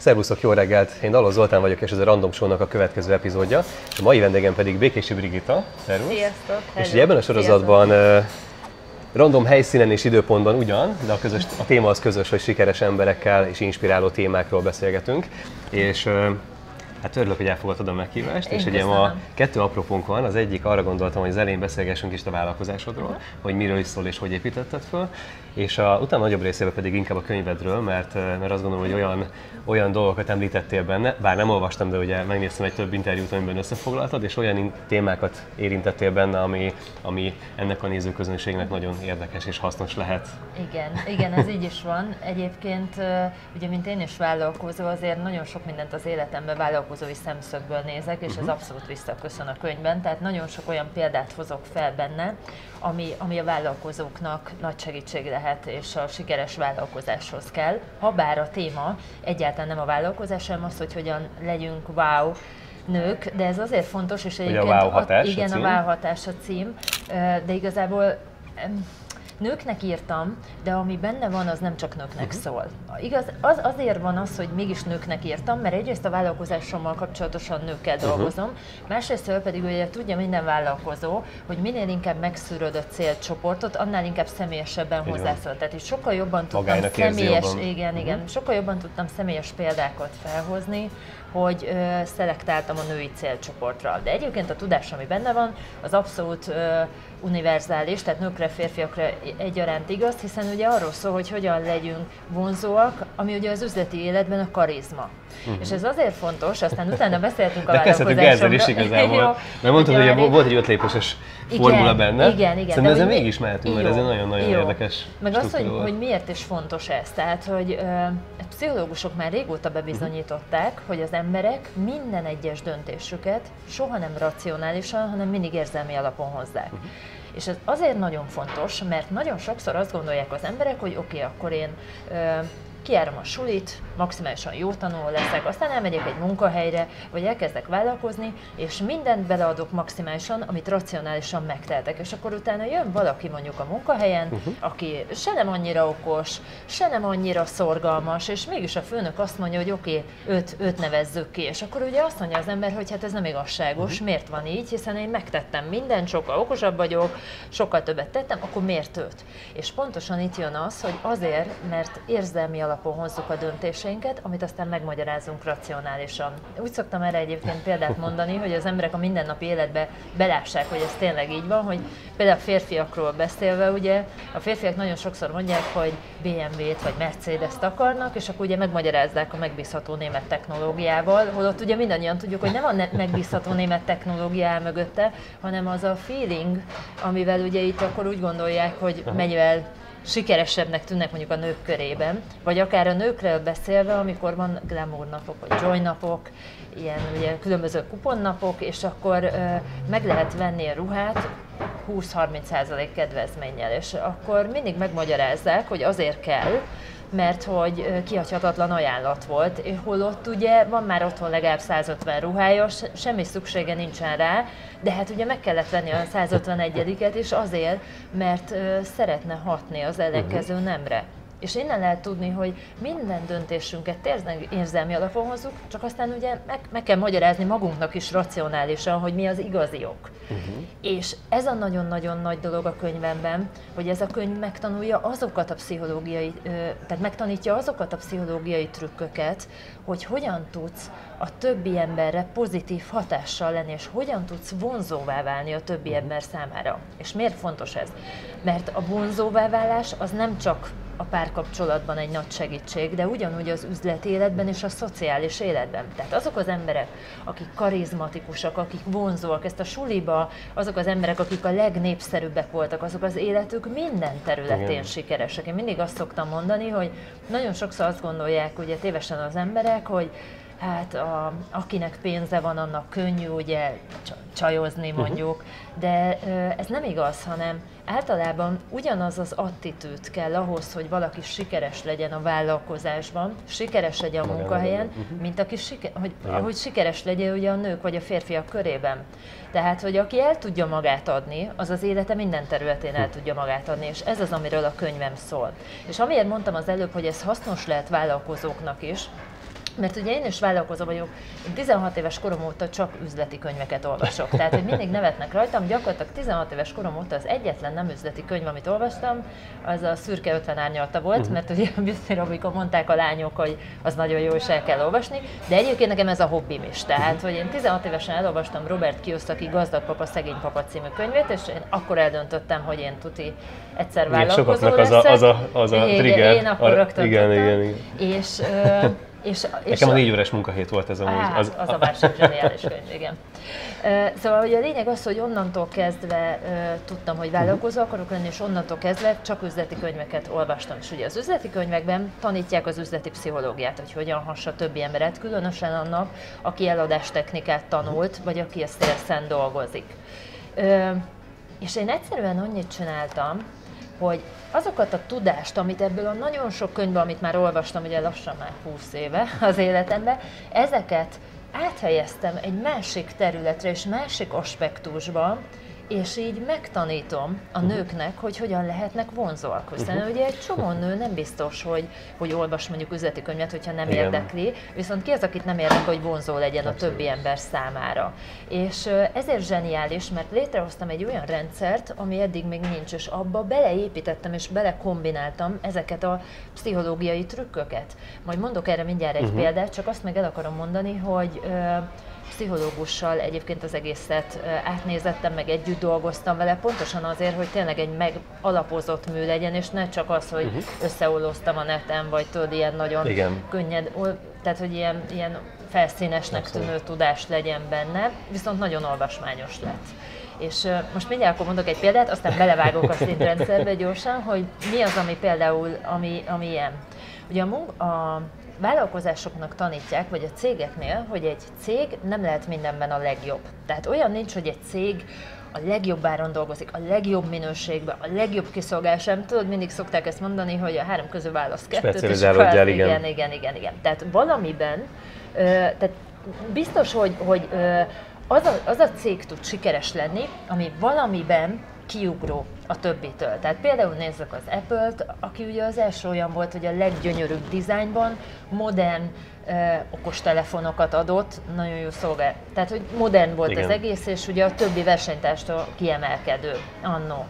Szervuszok, jó reggelt! Én Daló Zoltán vagyok, és ez a Random Show-nak a következő epizódja. És a mai vendégem pedig Békési Brigitta. Szervusz! Sziasztok! És ugye ebben a sorozatban random helyszínen és időpontban ugyan, de a téma az közös, hogy sikeres emberekkel és inspiráló témákról beszélgetünk. És hát örülök, hogy elfogadtad a meghívást, és ugye ma kettő apropónk van. Az egyik, arra gondoltam, hogy az elején beszélgessünk is a vállalkozásodról, hogy miről is szól és hogy építetted föl, és utána nagyobb részében pedig inkább a könyvedről, mert azt gondolom, hogy olyan dolgokat említettél benne, bár nem olvastam, de ugye megnéztem egy több interjút, amiben összefoglaltad, és olyan témákat érintettél benne, ami ennek a nézőközönségnek nagyon érdekes és hasznos lehet. Igen, ez így is van. Egyébként, ugye, mint én is vállalkozó, azért nagyon sok mindent az életemben vállalkozói szemszögből nézek, és ez abszolút visszaköszön a könyvben, tehát nagyon sok olyan példát hozok fel benne, ami a vállalkozóknak nagy segítség lehet, és a sikeres vállalkozáshoz kell. Habár a téma egyáltalán nem a vállalkozás, hanem az, hogy hogyan legyünk wow nők, de ez azért fontos, és egyébként a wow hatás igen, a wow hatás a cím, de igazából nőknek írtam, de ami benne van, az nem csak nőknek szól. Igaz, azért van az, hogy mégis nőknek írtam, mert egyrészt a vállalkozásommal kapcsolatosan nőkkel dolgozom, másrészt pedig ugye tudja minden vállalkozó, hogy minél inkább megszűröd a célcsoportot, annál inkább személyesebben hozzászól. Tehát itt sokkal jobban tudtam sokkal jobban tudtam személyes példákat felhozni, hogy szelektáltam a női célcsoportra. De egyébként a tudás, ami benne van, az abszolút univerzális, tehát nőkre, férfiakra egyaránt igaz, hiszen ugye arról szól, hogy hogyan legyünk vonzóak, ami ugye az üzleti életben a karizma. És ez azért fontos, aztán utána beszéltünk a vállalkozásomról. De kezdhetünk ezzel is igazából, mert mondtad, hogy volt egy 5 lépéses formula benne. Igen. Szerintem ezzel mégis mehetünk, mert ez egy nagyon-nagyon érdekes meg az, hogy miért is fontos ez. Tehát, hogy a pszichológusok már régóta bebizonyították, hogy az emberek minden egyes döntésüket soha nem racionálisan, hanem mindig érzelmi alapon hozzák. És ez azért nagyon fontos, mert nagyon sokszor azt gondolják az emberek, hogy oké, akkor én kijárom a sulit, maximálisan jó tanuló leszek, aztán elmegyek egy munkahelyre, vagy elkezdek vállalkozni, és mindent beleadok maximálisan, amit racionálisan megtehetek. És akkor utána jön valaki mondjuk a munkahelyen, aki se nem annyira okos, se nem annyira szorgalmas, és mégis a főnök azt mondja, hogy oké, őt nevezzük ki. És akkor ugye azt mondja az ember, hogy hát ez nem igazságos, miért van így, hiszen én megtettem mindent, sokkal okosabb vagyok, sokkal többet tettem, akkor miért őt? És pontosan itt jön az, hogy azért, mert érzelmi alapon hozzuk a döntéseinket, amit aztán megmagyarázunk racionálisan. Úgy szoktam erre egyébként példát mondani, hogy az emberek a mindennapi életbe belássák, hogy ez tényleg így van, hogy például a férfiakról beszélve, ugye, a férfiak nagyon sokszor mondják, hogy BMW-t vagy Mercedes-t akarnak, és akkor ugye megmagyarázzák a megbízható német technológiával, holott ugye mindannyian tudjuk, hogy nem a megbízható német technológia áll mögötte, hanem az a feeling, amivel ugye itt akkor úgy gondolják, hogy mennyivel sikeresebbnek tűnnek mondjuk a nők körében, vagy akár a nőkről beszélve, amikor van glamour napok, vagy joy napok, ilyen ugye különböző kuponnapok, és akkor meg lehet venni a ruhát 20-30% kedvezménnyel, és akkor mindig megmagyarázzák, hogy azért kell, mert hogy kihagyhatatlan ajánlat volt, holott ugye van már otthon legalább 150 ruhája, semmi szüksége nincsen rá, de hát ugye meg kellett venni a 151-et is azért, mert szeretne hatni az ellenkező nemre. És innen lehet tudni, hogy minden döntésünket érzelmi alapon hozzuk, csak aztán ugye meg kell magyarázni magunknak is racionálisan, hogy mi az igazi ok. És ez a nagyon-nagyon nagy dolog a könyvemben, hogy ez a könyv megtanulja azokat a tehát megtanítja azokat a pszichológiai trükköket, hogy hogyan tudsz a többi emberre pozitív hatással lenni, és hogyan tudsz vonzóvá válni a többi ember számára. És miért fontos ez? Mert a vonzóvá válás az nem csak a párkapcsolatban egy nagy segítség, de ugyanúgy az üzleti életben és a szociális életben. Tehát azok az emberek, akik karizmatikusak, akik vonzóak, ezt a suliba, azok az emberek, akik a legnépszerűbbek voltak, azok az életük minden területén sikeresek. Én mindig azt szoktam mondani, hogy nagyon sokszor azt gondolják, ugye tévesen az emberek, hogy hát akinek pénze van, annak könnyű ugye csajozni mondjuk, de ez nem igaz, hanem általában ugyanaz az attitűd kell ahhoz, hogy valaki sikeres legyen a vállalkozásban, sikeres legyen a munkahelyen, mint aki hogy sikeres legyen ugye a nők vagy a férfiak körében. Tehát, hogy aki el tudja magát adni, az az élete minden területén el tudja magát adni, és ez az, amiről a könyvem szól. És amiért mondtam az előbb, hogy ez hasznos lehet vállalkozóknak is, Mert ugye én is vállalkozó vagyok, én 16 éves korom óta csak üzleti könyveket olvasok. Tehát, hogy mindig nevetnek rajtam, gyakorlatilag 16 éves korom óta az egyetlen nem üzleti könyv, amit olvastam, az a Szürke 50 árnyalata volt, mert ugye a Business Robikon mondták a lányok, hogy az nagyon jó, és el kell olvasni, de egyébként nekem ez a hobbim is. Tehát, hogy én 16 évesen elolvastam Robert Kiyosaki Gazdag papa, szegény papa című könyvét, és én akkor eldöntöttem, hogy én tuti egyszer vállalkozó leszek. az a trigger. Én akkor rögtön igen. És nekem a 4 órás munkahét volt ez az a másik zseniális könyv, igen. Szóval hogy a lényeg az, hogy onnantól kezdve tudtam, hogy vállalkozó akarok lenni, és onnantól kezdve csak üzleti könyveket olvastam. És ugye az üzleti könyvekben tanítják az üzleti pszichológiát, hogy hogyan hassa többi emberet, különösen annak, aki eladástechnikát tanult, vagy aki a szélszen dolgozik. És én egyszerűen annyit csináltam, hogy azokat a tudást, amit ebből a nagyon sok könyvben, amit már olvastam, ugye lassan már 20 éve az életemben, ezeket áthelyeztem egy másik területre és másik aspektusba, és így megtanítom a nőknek, hogy hogyan lehetnek vonzóak. Hiszen ugye egy csomó nő nem biztos, hogy olvas mondjuk üzleti könyvet, hogyha nem érdekli, viszont ki az, akit nem érdekel, hogy vonzó legyen a többi ember számára. És ezért zseniális, mert létrehoztam egy olyan rendszert, ami eddig még nincs, és abba beleépítettem és belekombináltam ezeket a pszichológiai trükköket. Majd mondok erre mindjárt egy példát, csak azt meg el akarom mondani, hogy pszichológussal egyébként az egészet átnézettem, meg együtt dolgoztam vele, pontosan azért, hogy tényleg egy megalapozott mű legyen, és ne csak az, hogy összeolloztam a neten, vagy tudod, ilyen nagyon könnyed, tehát hogy ilyen felszínesnek tűnő tudás legyen benne, viszont nagyon olvasmányos lett. És most mindjárt akkor mondok egy példát, aztán belevágok a szintrendszerbe gyorsan, hogy mi az, ami például, ami ilyen. Ugye a vállalkozásoknak tanítják, vagy a cégeknél, hogy egy cég nem lehet mindenben a legjobb. Tehát olyan nincs, hogy egy cég a legjobb áron dolgozik, a legjobb minőségben, a legjobb kiszolgálásán. Tudod, mindig szokták ezt mondani, hogy a 3 közül válasz 2-t, és igen. Tehát valamiben, tehát biztos, hogy az a cég tud sikeres lenni, ami valamiben kiugró a többitől. Tehát például nézzük az Apple-t, aki ugye az első olyan volt, hogy a leggyönyörűbb dizájnban modern okostelefonokat adott, nagyon jó szolgál. Tehát, hogy modern volt az egész, és ugye a többi versenytárstól kiemelkedő annó.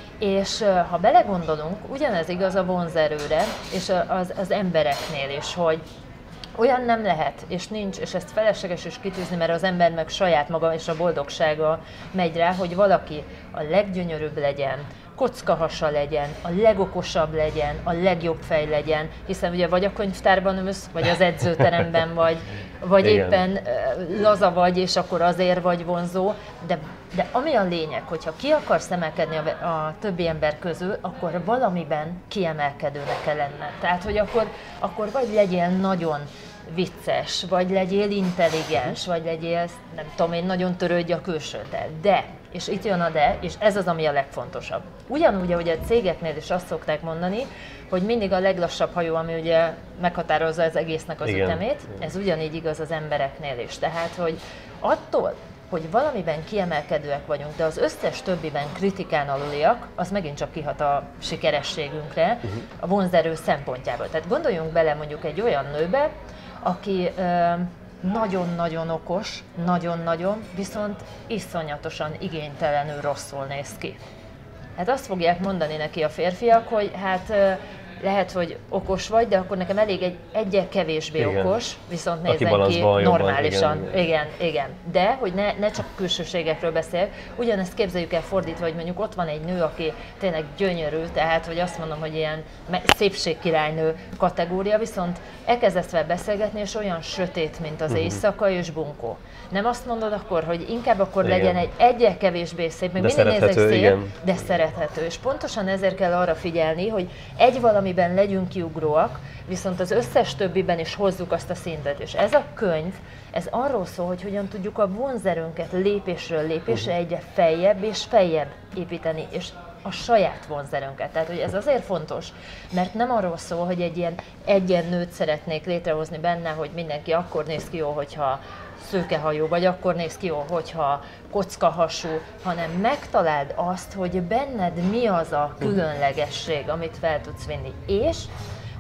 És ha belegondolunk, ugyanez igaz a vonzerőre, és az embereknél is, hogy olyan nem lehet, és nincs, és ezt felesleges is kitűzni, mert az ember meg saját maga és a boldogsága megy rá, hogy valaki a leggyönyörűbb legyen, kockahasa legyen, a legokosabb legyen, a legjobb fej legyen, hiszen ugye vagy a könyvtárban ülsz, vagy az edzőteremben vagy éppen laza vagy, és akkor azért vagy vonzó, de ami a lényeg, hogyha ki akarsz emelkedni a többi ember közül, akkor valamiben kiemelkedőnek kell lenned. Tehát, hogy akkor vagy legyél nagyon vicces, vagy legyél intelligens, vagy legyél, nem tudom én, nagyon törődj a külsőddel. De, és itt jön a de, és ez az, ami a legfontosabb. Ugyanúgy, ahogy a cégeknél is azt szokták mondani, hogy mindig a leglassabb hajó, ami ugye meghatározza az egésznek az ütemét, ez ugyanígy igaz az embereknél is. Tehát, hogy attól, hogy valamiben kiemelkedőek vagyunk, de az összes többiben kritikán aluliak, az megint csak kihat a sikerességünkre, a vonzerő szempontjából. Tehát gondoljunk bele mondjuk egy olyan nőbe, aki nagyon-nagyon okos, nagyon-nagyon, viszont iszonyatosan igénytelenül rosszul néz ki. Hát azt fogják mondani neki a férfiak, hogy hát lehet, hogy okos vagy, de akkor nekem elég egyel kevésbé okos, viszont nézzen ki normálisan. Igen. De, hogy ne csak külsőségekről beszél, ugyanezt képzeljük el fordítva, hogy mondjuk ott van egy nő, aki tényleg gyönyörű, tehát, hogy azt mondom, hogy ilyen szépségkirálynő kategória, viszont elkezdesz vele beszélgetni, és olyan sötét, mint az éjszaka, és bunkó. Nem azt mondod akkor, hogy inkább akkor legyen egy egyel kevésbé szép, még mindig nézek szép, de szerethető. És pontosan ezért kell arra figyelni, hogy valamiben legyünk kiugróak, viszont az összes többiben is hozzuk azt a szintet. És ez a könyv, ez arról szól, hogy hogyan tudjuk a vonzerőnket lépésről lépésre egyre feljebb és feljebb építeni, és a saját vonzerőnket. Tehát, hogy ez azért fontos, mert nem arról szól, hogy egy ilyen egyenlőt szeretnék létrehozni benne, hogy mindenki akkor néz ki jó, hogyha szőkehajú, vagy akkor néz ki jó, hogyha kockahasú, hanem megtaláld azt, hogy benned mi az a különlegesség, amit fel tudsz vinni. És ugye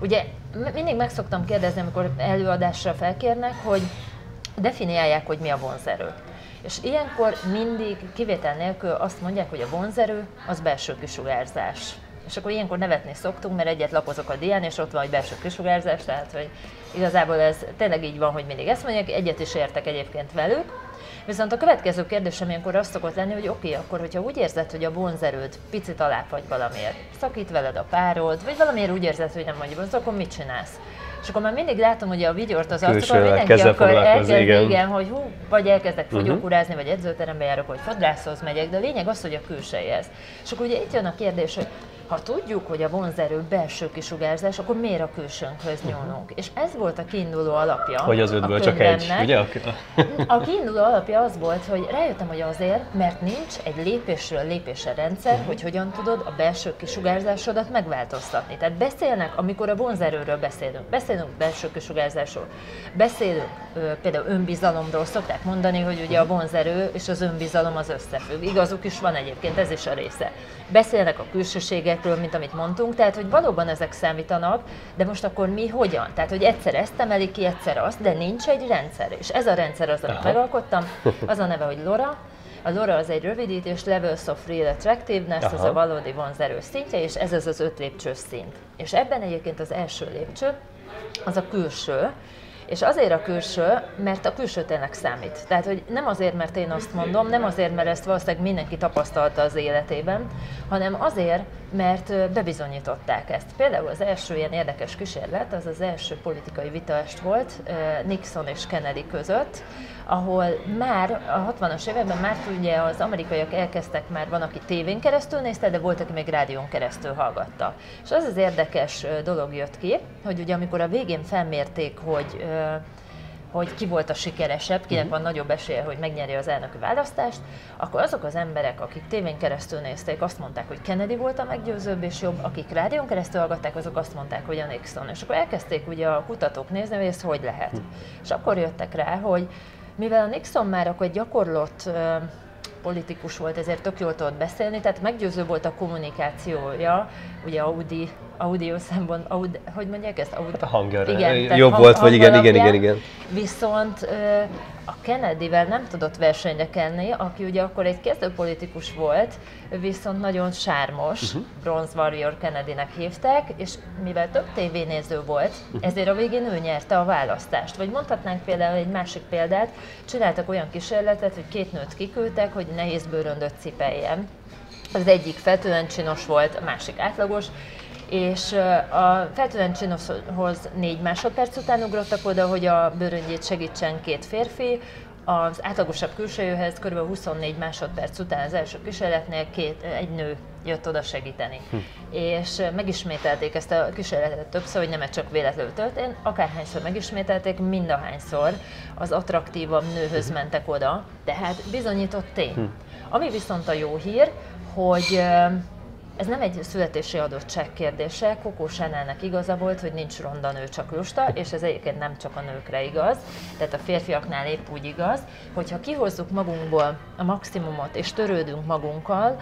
mindig meg szoktam kérdezni, amikor előadásra felkérnek, hogy definiálják, hogy mi a vonzerő. És ilyenkor mindig kivétel nélkül azt mondják, hogy a vonzerő az belső kisugárzás. És akkor ilyenkor nevetni szoktunk, mert egyet lapozok a dián, és ott van egy belső kisugárzás, tehát hogy igazából ez tényleg így van, hogy mindig ezt mondják, egyet is értek egyébként velük. Viszont a következő kérdésem ilyenkor azt szokott lenni, hogy oké, akkor hogyha úgy érzed, hogy a vonzerőd picit alább vagy valamiért, szakít veled a párod, vagy valamiért úgy érzed, hogy nem vagy vonzó, akkor mit csinálsz? És akkor már mindig látom, hogy a vigyort az arcokon mindenki akkor elkezd, igen, hogy hú, vagy elkezdek fogyókúrázni, vagy edzőterembe járok, vagy fodrászhoz megyek, de a lényeg az, hogy a külsejéhez. És akkor ugye itt jön a kérdés, hogy ha tudjuk, hogy a vonzerő belső kisugárzás, akkor miért a külsőnkhöz nyúlunk? És ez volt a kiinduló alapja. Hogy az ötből csak egy, ugye? A kiinduló alapja az volt, hogy rájöttem, hogy azért, mert nincs egy lépésről lépésre rendszer, hogy hogyan tudod a belső kisugárzásodat megváltoztatni. Tehát beszélnek, amikor a vonzerőről beszélünk belső kisugárzásról, beszélünk például önbizalomról, szokták mondani, hogy ugye a vonzerő és az önbizalom az összefügg. Igazuk is van egyébként, ez is a része. Beszélnek a külsőségekről, mint amit mondtunk, tehát hogy valóban ezek számítanak, de most akkor mi hogyan? Tehát, hogy egyszer ezt emelik ki, egyszer azt, de nincs egy rendszer. És ez a rendszer az, amit megalkottam, az a neve, hogy LoRa. A LoRa az egy rövidítés, Levels of Real Attractiveness, ez a valódi vonzerő szintje, és ez az 5 lépcsős szint. És ebben egyébként az első lépcső, az a külső, és azért a külső, mert a külső tényleg számít. Tehát, hogy nem azért, mert én azt mondom, nem azért, mert ezt valószínűleg mindenki tapasztalta az életében, hanem azért, mert bebizonyították ezt. Például az első ilyen érdekes kísérlet, az az első politikai vitaest volt Nixon és Kennedy között, ahol már a 60-as években már ugye az amerikaiak elkezdtek, már van, aki tévén keresztül nézte, de volt, aki még rádión keresztül hallgatta. És az az érdekes dolog jött ki, hogy ugye amikor a végén felmérték, hogy ki volt a sikeresebb, kinek van nagyobb esélye, hogy megnyeri az elnöki választást, akkor azok az emberek, akik tévén keresztül nézték, azt mondták, hogy Kennedy volt a meggyőzőbb és jobb, akik rádión keresztül hallgatták, azok azt mondták, hogy a Nixon. És akkor elkezdték ugye a kutatók nézni, hogy ez hogy lehet. És akkor jöttek rá, hogy mivel a Nixon már akkor egy gyakorlott politikus volt, ezért tök jól tudott beszélni, tehát meggyőző volt a kommunikációja, ugye audio szemben, hogy mondják ezt? Hát a hangja jobb volt, vagy igen. Viszont a Kennedyvel nem tudott versenyre kelni, aki ugye akkor egy kezdőpolitikus volt, viszont nagyon sármos, Bronze Warrior Kennedynek hívták, és mivel több tévénéző volt, ezért a végén ő nyerte a választást. Vagy mondhatnánk például egy másik példát, csináltak olyan kísérletet, hogy 2 nőt kiküldtek, hogy nehéz bőröndöt cipeljen. Az egyik feltűnően csinos volt, a másik átlagos, és a feltűnően csinoshoz 4 másodperc után ugrottak oda, hogy a bőröndjét segítsen 2 férfi, az átlagosabb külsejűhez kb. 24 másodperc után az első kísérletnél egy nő jött oda segíteni. És megismételték ezt a kísérletet többször, hogy nem csak véletlenül történt, akárhányszor megismételték, mindahányszor az attraktívabb nőhöz mentek oda, tehát bizonyított tény. Ami viszont a jó hír, hogy ez nem egy születési adottság kérdése, Coco Chanelnek igaza volt, hogy nincs ronda nő, csak lusta, és ez egyébként nem csak a nőkre igaz, tehát a férfiaknál épp úgy igaz, hogyha kihozzuk magunkból a maximumot és törődünk magunkkal,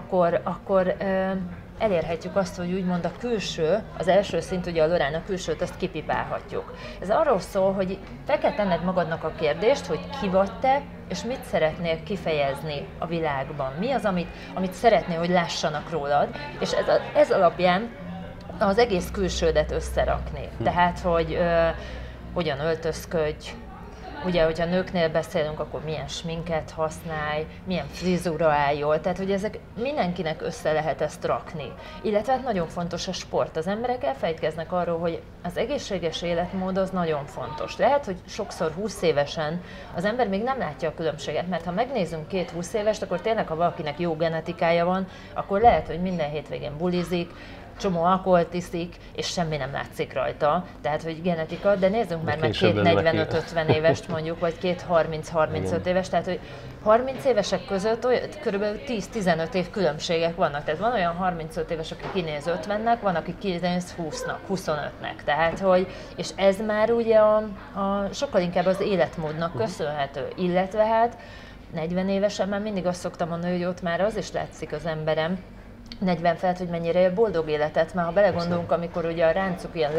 akkor elérhetjük azt, hogy úgymond a külső, az első szint, ugye a LoRa-n a külsőt, azt kipipálhatjuk. Ez arról szól, hogy fel kell tenned magadnak a kérdést, hogy ki vagy te, és mit szeretnél kifejezni a világban. Mi az, amit szeretnél, hogy lássanak rólad, és ez alapján az egész külsődet összerakni. Tehát, hogy hogyan öltözködj, ugye, hogyha nőknél beszélünk, akkor milyen sminket használj, milyen frizura áll jól, tehát hogy ezek mindenkinek össze lehet ezt rakni. Illetve hát nagyon fontos a sport. Az emberek elfelejtkeznek arról, hogy az egészséges életmód az nagyon fontos. Lehet, hogy sokszor 20 évesen az ember még nem látja a különbséget, mert ha megnézzünk 2 20 évest, akkor tényleg, ha valakinek jó genetikája van, akkor lehet, hogy minden hétvégén bulizik, csomó alkoholt iszik, és semmi nem látszik rajta, tehát hogy genetika, de nézzünk már meg 2 45-50 évest mondjuk, vagy 2 30-35 éves, tehát hogy 30 évesek között kb. 10-15 év különbségek vannak, tehát van olyan 35 éves, aki kinéz 50-nek, van, aki kinéz 20-nak, 25-nek, tehát hogy, és ez már ugye sokkal inkább az életmódnak köszönhető, illetve hát 40 évesen már mindig azt szoktam mondani, hogy ott már az is látszik az emberem, 40 felett, hogy mennyire él boldog életet, mert ha belegondolunk, amikor ugye a ráncuk ilyen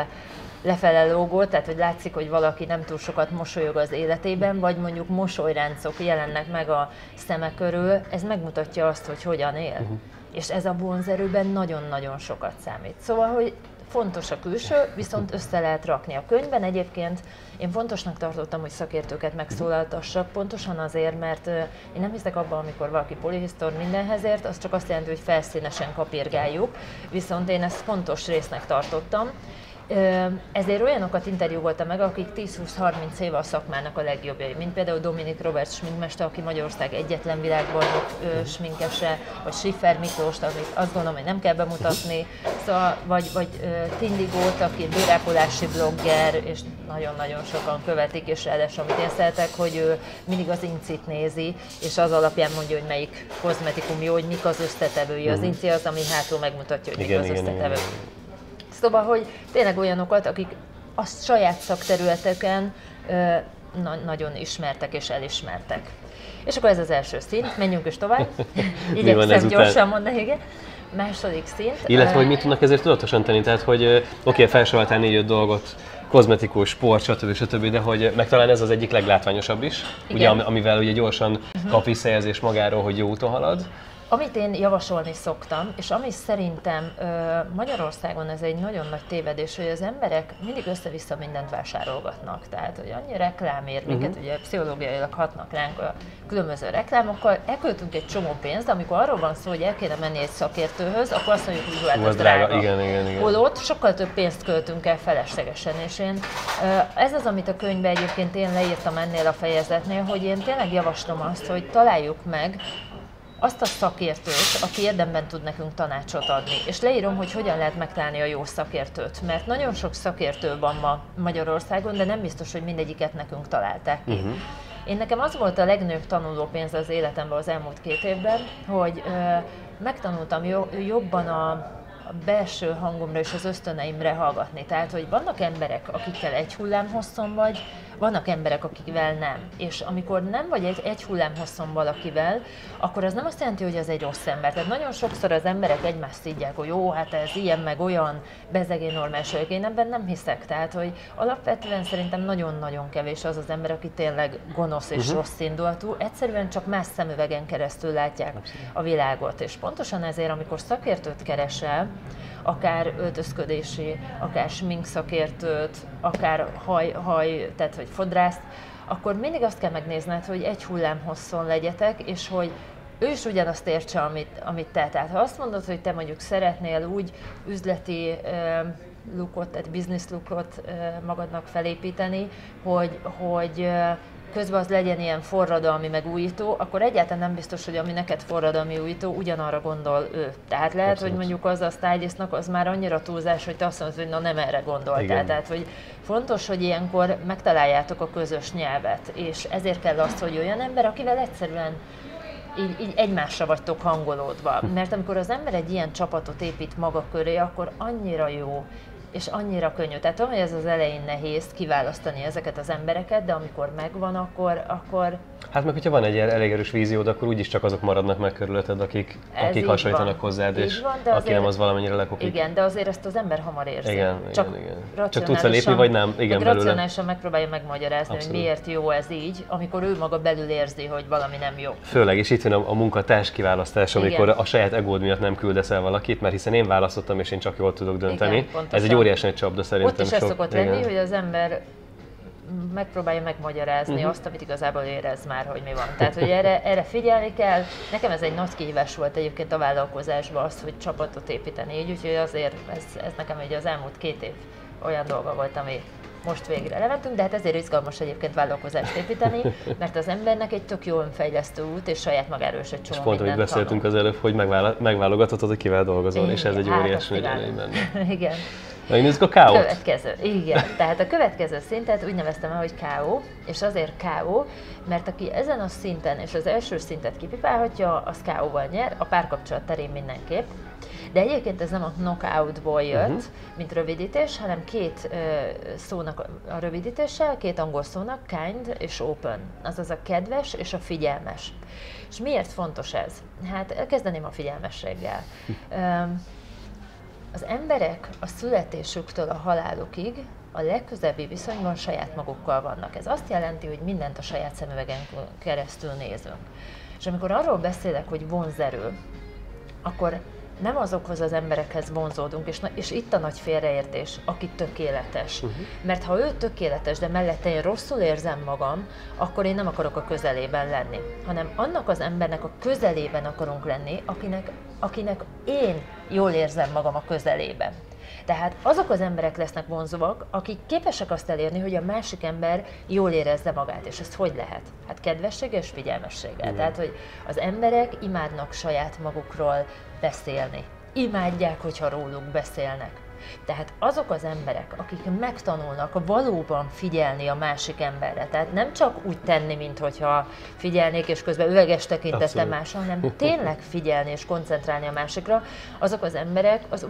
lefele lógó, tehát hogy látszik, hogy valaki nem túl sokat mosolyog az életében, vagy mondjuk mosolyráncok jelennek meg a szeme körül, ez megmutatja azt, hogy hogyan él. És ez a vonzerőben nagyon-nagyon sokat számít. Szóval, hogy fontos a külső, viszont össze lehet rakni. A könyvben egyébként én fontosnak tartottam, hogy szakértőket megszólaltassak, pontosan azért, mert én nem hiszek abban, amikor valaki polihisztor mindenhez ért, az csak azt jelenti, hogy felszínesen kapirgáljuk, viszont én ezt fontos résznek tartottam. Ezért olyanokat interjúvoltam meg, akik 10-20-30 éve a szakmának a legjobbjai, mint például Dominik Roberts sminkmester, aki Magyarország egyetlen világbajnok sminkese, vagy Schiffer Miklóst, amit azt gondolom, hogy nem kell bemutatni, szóval, vagy Tindigót, aki bőrápolási blogger, és nagyon-nagyon sokan követik, és ráadásul amit én szeretek, hogy ő mindig az incit nézi, és az alapján mondja, hogy melyik kozmetikum jó, hogy mik az összetevői. Az inci az, ami hátul megmutatja, hogy mik az összetevői. Szóval, hogy tényleg olyanokat, akik a saját szakterületeken nagyon ismertek és elismertek. És akkor ez az első szint, menjünk is tovább. Igyekszem gyorsan mondani, igen. Második szint. Illetve, hogy mit tudnak ezért tudatosan tenni, tehát, hogy oké, felsoroltál 4-5 dolgot, kozmetikus, sport, stb. De hogy meg talán ez az egyik leglátványosabb is, ugye, amivel ugye gyorsan kap visszajelzés magáról, hogy jó úton halad. Amit én javasolni szoktam, és ami szerintem Magyarországon ez egy nagyon nagy tévedés, hogy az emberek mindig össze-vissza mindent vásárolgatnak. Tehát, hogy annyi reklám ér minket, ugye pszichológiailag hatnak ránk a különböző reklámokkal, elköltünk egy csomó pénzt, amikor arról van szó, hogy el kéne menni egy szakértőhöz, akkor azt mondjuk, hogy hát ez drága. Igen. Holott sokkal több pénzt költünk el feleslegesen, és én ez az, amit a könyvben egyébként én leírtam ennél a fejezetnél, hogy én tényleg javaslom azt, hogy találjuk meg azt a szakértőt, aki érdemben tud nekünk tanácsot adni. És leírom, hogy hogyan lehet megtalálni a jó szakértőt, mert nagyon sok szakértő van ma Magyarországon, de nem biztos, hogy mindegyiket nekünk találták ki. Én nekem az volt a legnagyobb tanulópénz az életemben az elmúlt 2 évben, hogy megtanultam jobban a belső hangomra és az ösztöneimre hallgatni. Tehát, hogy vannak emberek, akikkel egy hullámhosszon vagy, vannak emberek, akikvel nem. És amikor nem vagy egy hullámhosszon valakivel, akkor az nem azt jelenti, hogy az egy rossz ember. Tehát nagyon sokszor az emberek egymást szidják, hogy jó, hát ez ilyen, meg olyan, bezeg, normális vagyok. Én ebben nem hiszek. Tehát, hogy alapvetően szerintem nagyon-nagyon kevés az az ember, aki tényleg gonosz és rossz indulatú. Egyszerűen csak más szemüvegen keresztül látják a világot. És pontosan ezért, amikor szakértőt keresel, akár öltözködési, akár sminkszakértőt, akár tehát hogy fodrászt, akkor mindig azt kell megnézned, hogy egy hullámhosszon legyetek, és hogy ő is ugyanazt értse, amit te. Tehát ha azt mondod, hogy te mondjuk szeretnél úgy üzleti lookot, tehát business lookot magadnak felépíteni, hogy közben az legyen ilyen forradalmi meg újító, akkor egyáltalán nem biztos, hogy ami neked forradalmi újító, ugyanarra gondol ő. Tehát lehet, hogy mondjuk az a stylistnak az már annyira túlzás, hogy te azt mondod, hogy na nem erre gondoltál. Tehát, hogy fontos, hogy ilyenkor megtaláljátok a közös nyelvet, és ezért kell az, hogy olyan ember, akivel egyszerűen így egymásra vagytok hangolódva. Mert amikor az ember egy ilyen csapatot épít maga köré, akkor annyira jó, és annyira könnyű. Tehát tudom, hogy ez az elején nehéz kiválasztani ezeket az embereket, de amikor megvan, akkor... Hát meg, hogyha van egy elég erős víziód, akkor úgyis csak azok maradnak meg körülötted, akik hasonlítanak hozzád, és van, aki nem, az valamennyire lekopik. Igen, de azért ezt az ember hamar érzi. Igen. Csak tudsz lépni, vagy nem? Igen, belőle. Racionálisan megpróbálja megmagyarázni, hogy miért jó ez így, amikor ő maga belül érzi, hogy valami nem jó. Főleg, és itt van a munkatárs kiválasztás, amikor a saját egód miatt nem küldesz el valakit, mert hiszen én választottam, és én csak jól tudok dönteni. Igen, ez egy óriási nagy csapda szerintem. Ott is ez szokott lenni, hogy az ember megpróbálja megmagyarázni azt, amit igazából érez már, hogy mi van. Tehát, hogy erre figyelni kell. Nekem ez egy nagy kihívás volt egyébként a vállalkozásban az, hogy csapatot építeni így, úgyhogy azért ez nekem egy az elmúlt 2 év olyan dolga volt, ami most végre lementünk, de hát ezért izgalmas egyébként vállalkozást építeni, mert az embernek egy tök jó önfejlesztő út, és saját magáról is egy csomó mindent tanul. Pont, amit beszéltünk az előbb, hogy megválogathatod, hogy kivel dolgozol, és ez egy óriási nagy előny benne. Igen. Megnézzük a K.O.-t. Következő, igen. Tehát a következő szintet úgy neveztem el, hogy K.O. És azért K.O., mert aki ezen a szinten és az első szintet kipipálhatja, az K.O.-val nyer, a párkapcsolat terén mindenképp. De egyébként ez nem a knockoutból jött, mint rövidítés, hanem két szónak a rövidítése, két angol szónak, kind és open, azaz a kedves és a figyelmes. És miért fontos ez? Hát kezdeném a figyelmességgel. Az emberek a születésüktől a halálukig a legközelebbi viszonyban saját magukkal vannak. Ez azt jelenti, hogy mindent a saját szemüvegen keresztül nézünk. És amikor arról beszélek, hogy vonzerő, akkor nem azokhoz az emberekhez vonzódunk, és itt a nagy félreértés, aki tökéletes. Mert ha ő tökéletes, de mellette én rosszul érzem magam, akkor én nem akarok a közelében lenni, hanem annak az embernek a közelében akarunk lenni, akinek én jól érzem magam a közelében. Tehát azok az emberek lesznek vonzóak, akik képesek azt elérni, hogy a másik ember jól érezze magát. És ez hogy lehet? Hát kedvességgel és figyelmességgel. Tehát, hogy az emberek imádnak saját magukról beszélni. Imádják, hogyha róluk beszélnek. Tehát azok az emberek, akik megtanulnak valóban figyelni a másik emberre, tehát nem csak úgy tenni, mintha figyelnék, és közben üveges tekintettel másra, hanem tényleg figyelni és koncentrálni a másikra, azok az emberek az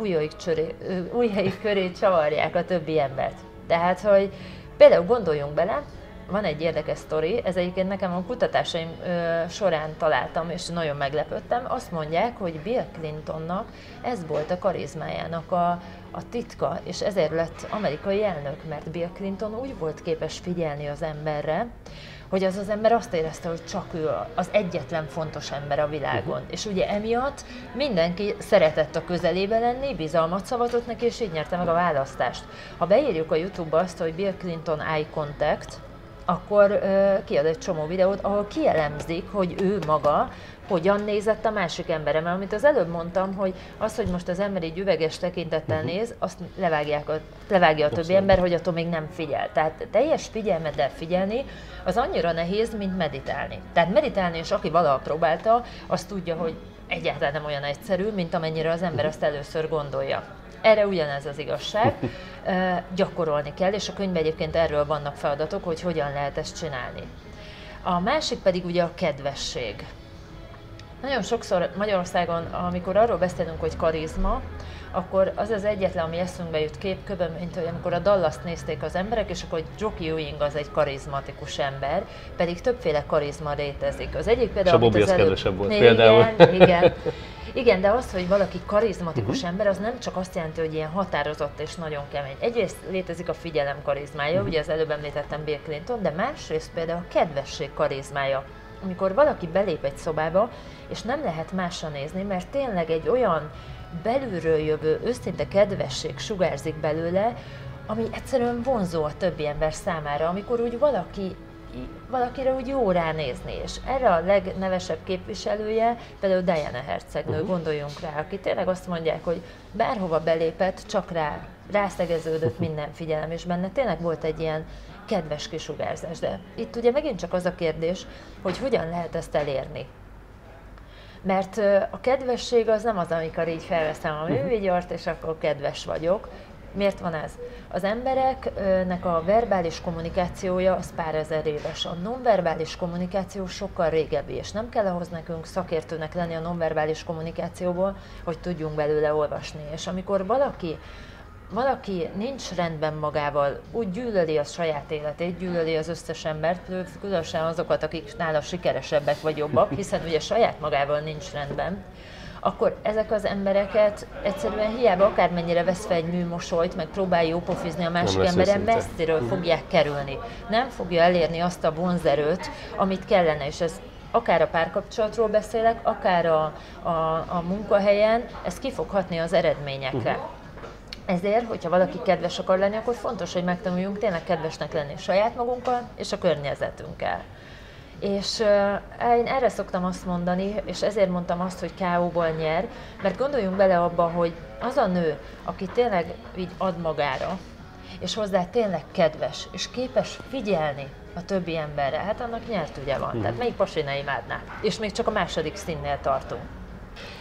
ujjaik köré csavarják a többi embert. Tehát, hogy például gondoljunk bele, van egy érdekes sztori, ez egyébként nekem a kutatásaim során találtam, és nagyon meglepődtem. Azt mondják, hogy Bill Clintonnak ez volt a karizmájának a titka, és ezért lett amerikai elnök, mert Bill Clinton úgy volt képes figyelni az emberre, hogy az ember azt érezte, hogy csak ő az egyetlen fontos ember a világon. És ugye emiatt mindenki szeretett a közelébe lenni, bizalmat szavazott neki, és így nyerte meg a választást. Ha beírjuk a YouTube-ba azt, hogy Bill Clinton eye contact, akkor kiad egy csomó videót, ahol kielemzik, hogy ő maga hogyan nézett a másik emberre. Mert amit az előbb mondtam, hogy az, hogy most az ember így üveges tekintettel néz, azt levágja a többi ember, hogy attól még nem figyel. Tehát teljes figyelmeddel figyelni, az annyira nehéz, mint meditálni. Tehát meditálni, és aki valaha próbálta, azt tudja, hogy egyáltalán nem olyan egyszerű, mint amennyire az ember azt először gondolja. Erre ugyanez az igazság, gyakorolni kell, és a könyvben egyébként erről vannak feladatok, hogy hogyan lehet ezt csinálni. A másik pedig ugye a kedvesség. Nagyon sokszor Magyarországon, amikor arról beszélünk, hogy karizma, akkor az az egyetlen, ami eszünkbe jut képkövön, mint hogy amikor a Dallast nézték az emberek, és akkor Jock Ewing az egy karizmatikus ember, pedig többféle karizma létezik. Az egyik például, és a Bobby az kedvesebb volt például. Igen, de az, hogy valaki karizmatikus ember, az nem csak azt jelenti, hogy ilyen határozott és nagyon kemény. Egyrészt létezik a figyelem karizmája, ugye az előbb említettem Bill Clinton, de másrészt például a kedvesség karizmája. Amikor valaki belép egy szobába, és nem lehet másra nézni, mert tényleg egy olyan belülről jövő őszinte kedvesség sugárzik belőle, ami egyszerűen vonzó a többi ember számára, amikor úgy valakire úgy jó ránézni, és erre a legnevesebb képviselője például Diana hercegnő, gondoljunk rá, aki tényleg azt mondják, hogy bárhova belépett, csak rászegeződött minden figyelem, és benne tényleg volt egy ilyen kedves kisugárzás. De itt ugye megint csak az a kérdés, hogy hogyan lehet ezt elérni. Mert a kedvesség az nem az, amikor így felveszem a művigyart, és akkor kedves vagyok. Miért van ez? Az embereknek a verbális kommunikációja az pár ezer éves. A nonverbális kommunikáció sokkal régebbi, és nem kell ahhoz nekünk szakértőnek lenni a nonverbális kommunikációból, hogy tudjunk belőle olvasni. És amikor valaki nincs rendben magával, úgy gyűlöli a saját életét, gyűlöli az összes embert, különösen azokat, akik nála sikeresebbek vagy jobbak, hiszen ugye saját magával nincs rendben, akkor ezek az embereket egyszerűen hiába akármennyire vesz fel egy műmosolyt, meg próbál jópofizni a másik emberen, messziről fogják kerülni. Nem fogja elérni azt a vonzerőt, amit kellene, és ez akár a párkapcsolatról beszélek, akár a munkahelyen, ez ki fog hatni az eredményekre. Ezért, hogyha valaki kedves akar lenni, akkor fontos, hogy megtanuljunk tényleg kedvesnek lenni saját magunkkal és a környezetünkkel. És én erre szoktam azt mondani, és ezért mondtam azt, hogy K.O.-ból nyer, mert gondoljunk bele abba, hogy az a nő, aki tényleg így ad magára, és hozzá tényleg kedves, és képes figyelni a többi emberre, hát annak nyert ugye van. Tehát melyik pasi ne imádná? És még csak a második színnél tartunk.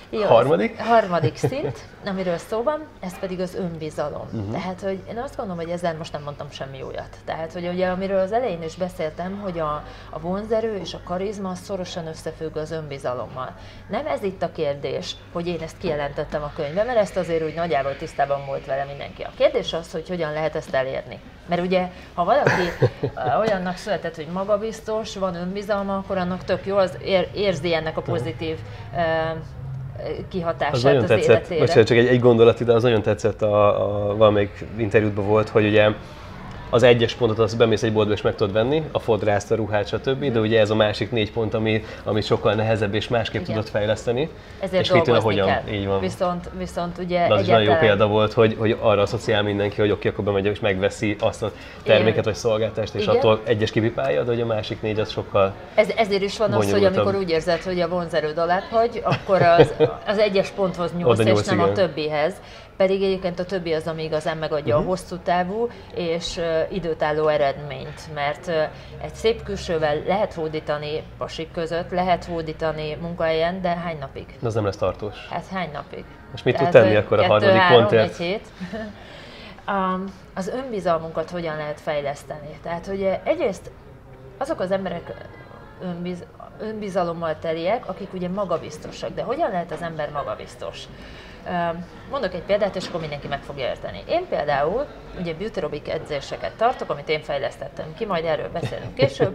Jó, harmadik szint, amiről szó van, ez pedig az önbizalom. Tehát, hogy én azt gondolom, hogy ezzel most nem mondtam semmi újat. Tehát, hogy ugye, amiről az elején is beszéltem, hogy a vonzerő és a karizma szorosan összefügg az önbizalommal. Nem ez itt a kérdés, hogy én ezt kijelentettem a könyvben, mert ezt azért úgy nagyjából tisztában volt vele mindenki. A kérdés az, hogy hogyan lehet ezt elérni. Mert ugye, ha valaki olyannak született, hogy magabiztos, van önbizalma, akkor annak tök jó, az érzi ennek a pozitív kihatását az életére. Bocsánat, csak egy gondolat ide, az nagyon tetszett, valamelyik interjútban volt, hogy ugye az egyes pontot azt bemész egy boltba és meg tudod venni, a fodrászt, a ruhát, stb. De ugye ez a másik 4 pont, ami sokkal nehezebb és másképp tudod fejleszteni. Ezért és dolgozni kell. Így van. Viszont ugye de az is nagyon jó példa volt, hogy arra asszociál mindenki, hogy oké, akkor bemegy és megveszi azt a terméket vagy szolgáltást, és attól egyes kipipálja, de hogy a másik 4 az sokkal ezért is van az, hogy amikor úgy érzed, hogy a vonzerőd alább hagy, akkor az egyes ponthoz nyúlsz, és nem a többihez. Pedig egyébként a többi az, ami igazán megadja a hosszú távú és időtálló eredményt, mert egy szép külsővel lehet hódítani pasik között, lehet hódítani munkahelyen, de hány napig? De az nem lesz tartós. Hát hány napig? És mit tud tenni akkor a harmadik pontért? Egy hét. Az önbizalmunkat hogyan lehet fejleszteni? Tehát, hogy egyrészt azok az emberek önbizalommal teliek, akik ugye magabiztosak. De hogyan lehet az ember magabiztos? Mondok egy példát, és akkor mindenki meg fogja érteni. Én például ugye beauty aerobic edzéseket tartok, amit én fejlesztettem ki, majd erről beszélünk később.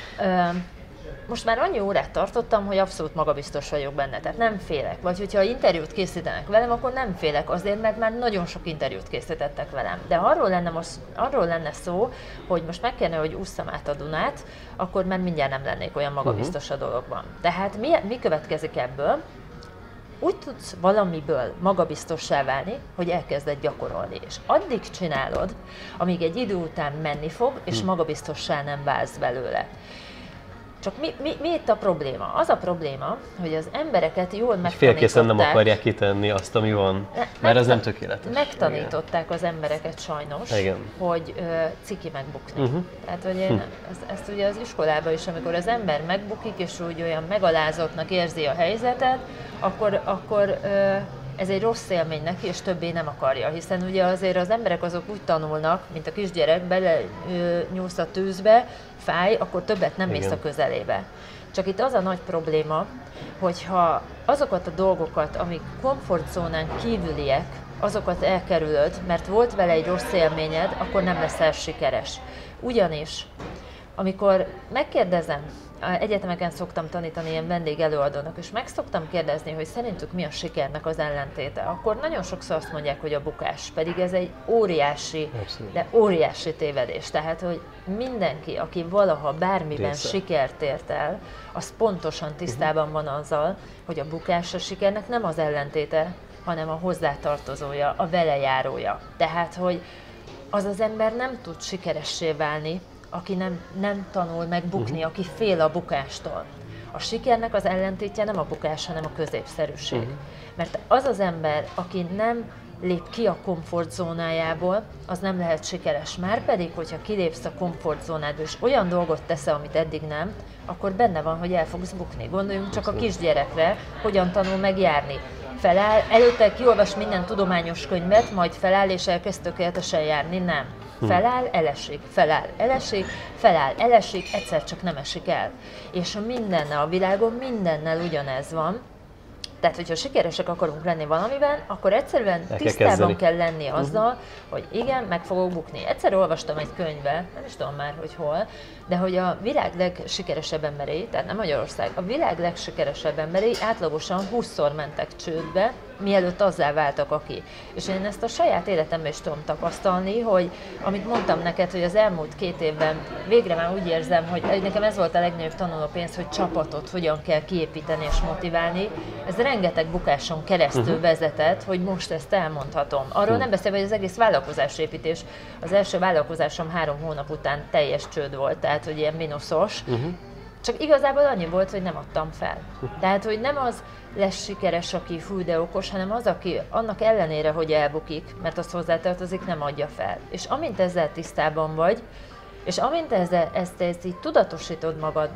Most már annyi órát tartottam, hogy abszolút magabiztos vagyok benne, tehát nem félek. Vagy hogyha interjút készítenek velem, akkor nem félek azért, mert már nagyon sok interjút készítettek velem. De arról lenne szó, hogy most meg kellene, hogy ússzam át a Dunát, akkor már mindjárt nem lennék olyan magabiztos a dologban. Tehát mi következik ebből? Úgy tudsz valamiből magabiztossá válni, hogy elkezded gyakorolni. És addig csinálod, amíg egy idő után menni fog, és magabiztossá nem válsz belőle. Csak mi itt a probléma? Az a probléma, hogy az embereket jól megtanították. Félkészen nem akarják kitenni azt, ami van, mert ez nem tökéletes. Megtanították az embereket sajnos, hogy ciki megbukni. Tehát, hogy ezt ugye az iskolában is, amikor az ember megbukik, és úgy olyan megalázottnak érzi a helyzetet, akkor ez egy rossz élmény neki, és többé nem akarja, hiszen ugye azért az emberek azok úgy tanulnak, mint a kisgyerek, bele nyúlsz a tűzbe, fáj, akkor többet nem mész a közelébe. Csak itt az a nagy probléma, hogyha azokat a dolgokat, amik komfortzónán kívüliek, azokat elkerülöd, mert volt vele egy rossz élményed, akkor nem leszel sikeres. Ugyanis, amikor megkérdezem, egyetemeken szoktam tanítani ilyen vendégelőadónak, és meg szoktam kérdezni, hogy szerintük mi a sikernek az ellentéte, akkor nagyon sokszor azt mondják, hogy a bukás, pedig ez egy óriási tévedés. Tehát, hogy mindenki, aki valaha bármiben sikert ért el, az pontosan tisztában van azzal, hogy a bukás a sikernek nem az ellentéte, hanem a hozzátartozója, a velejárója. Tehát, hogy az ember nem tud sikeressé válni, aki nem tanul meg bukni, aki fél a bukástól. A sikernek az ellentétje nem a bukás, hanem a középszerűség. Mert az ember, aki nem lép ki a komfortzónájából, az nem lehet sikeres. Márpedig, hogyha kilépsz a komfortzónádból, és olyan dolgot teszel, amit eddig nem, akkor benne van, hogy el fogsz bukni. Gondoljunk csak a kisgyerekre, hogyan tanul meg járni. Feláll, előtte kiolvas minden tudományos könyvet, majd feláll és elkezd tökéletesen járni, nem. Feláll, elesik, feláll, elesik, feláll, elesik, egyszer csak nem esik el. És mindennel a világon, mindennel ugyanez van. Tehát, hogyha sikeresek akarunk lenni valamiben, akkor egyszerűen tisztában kell lenni azzal, hogy igen, meg fogok bukni. Egyszer olvastam egy könyvbe, nem is tudom már, hogy hol, de hogy a világ legsikeresebb emberei, tehát nem Magyarország, a világ legsikeresebb emberei átlagosan 20-szor mentek csődbe, mielőtt azzá váltak, aki. És én ezt a saját életemben is tudom tapasztalni, hogy amit mondtam neked, hogy az elmúlt 2 évben végre már úgy érzem, hogy nekem ez volt a legnagyobb tanulópénz, hogy csapatot hogyan kell kiépíteni és motiválni. Ez rengeteg bukáson keresztül vezetett, hogy most ezt elmondhatom. Arról nem beszélve, hogy az egész vállalkozásépítés, az első vállalkozásom 3 hónap után teljes csőd volt, tehát hogy ilyen mínuszos. Csak igazából annyi volt, hogy nem adtam fel. Tehát, hogy nem az lesz sikeres, aki hú de okos, hanem az, aki annak ellenére, hogy elbukik, mert az hozzátartozik, nem adja fel. És amint ezzel tisztában vagy, és amint ezt így tudatosítod magadba,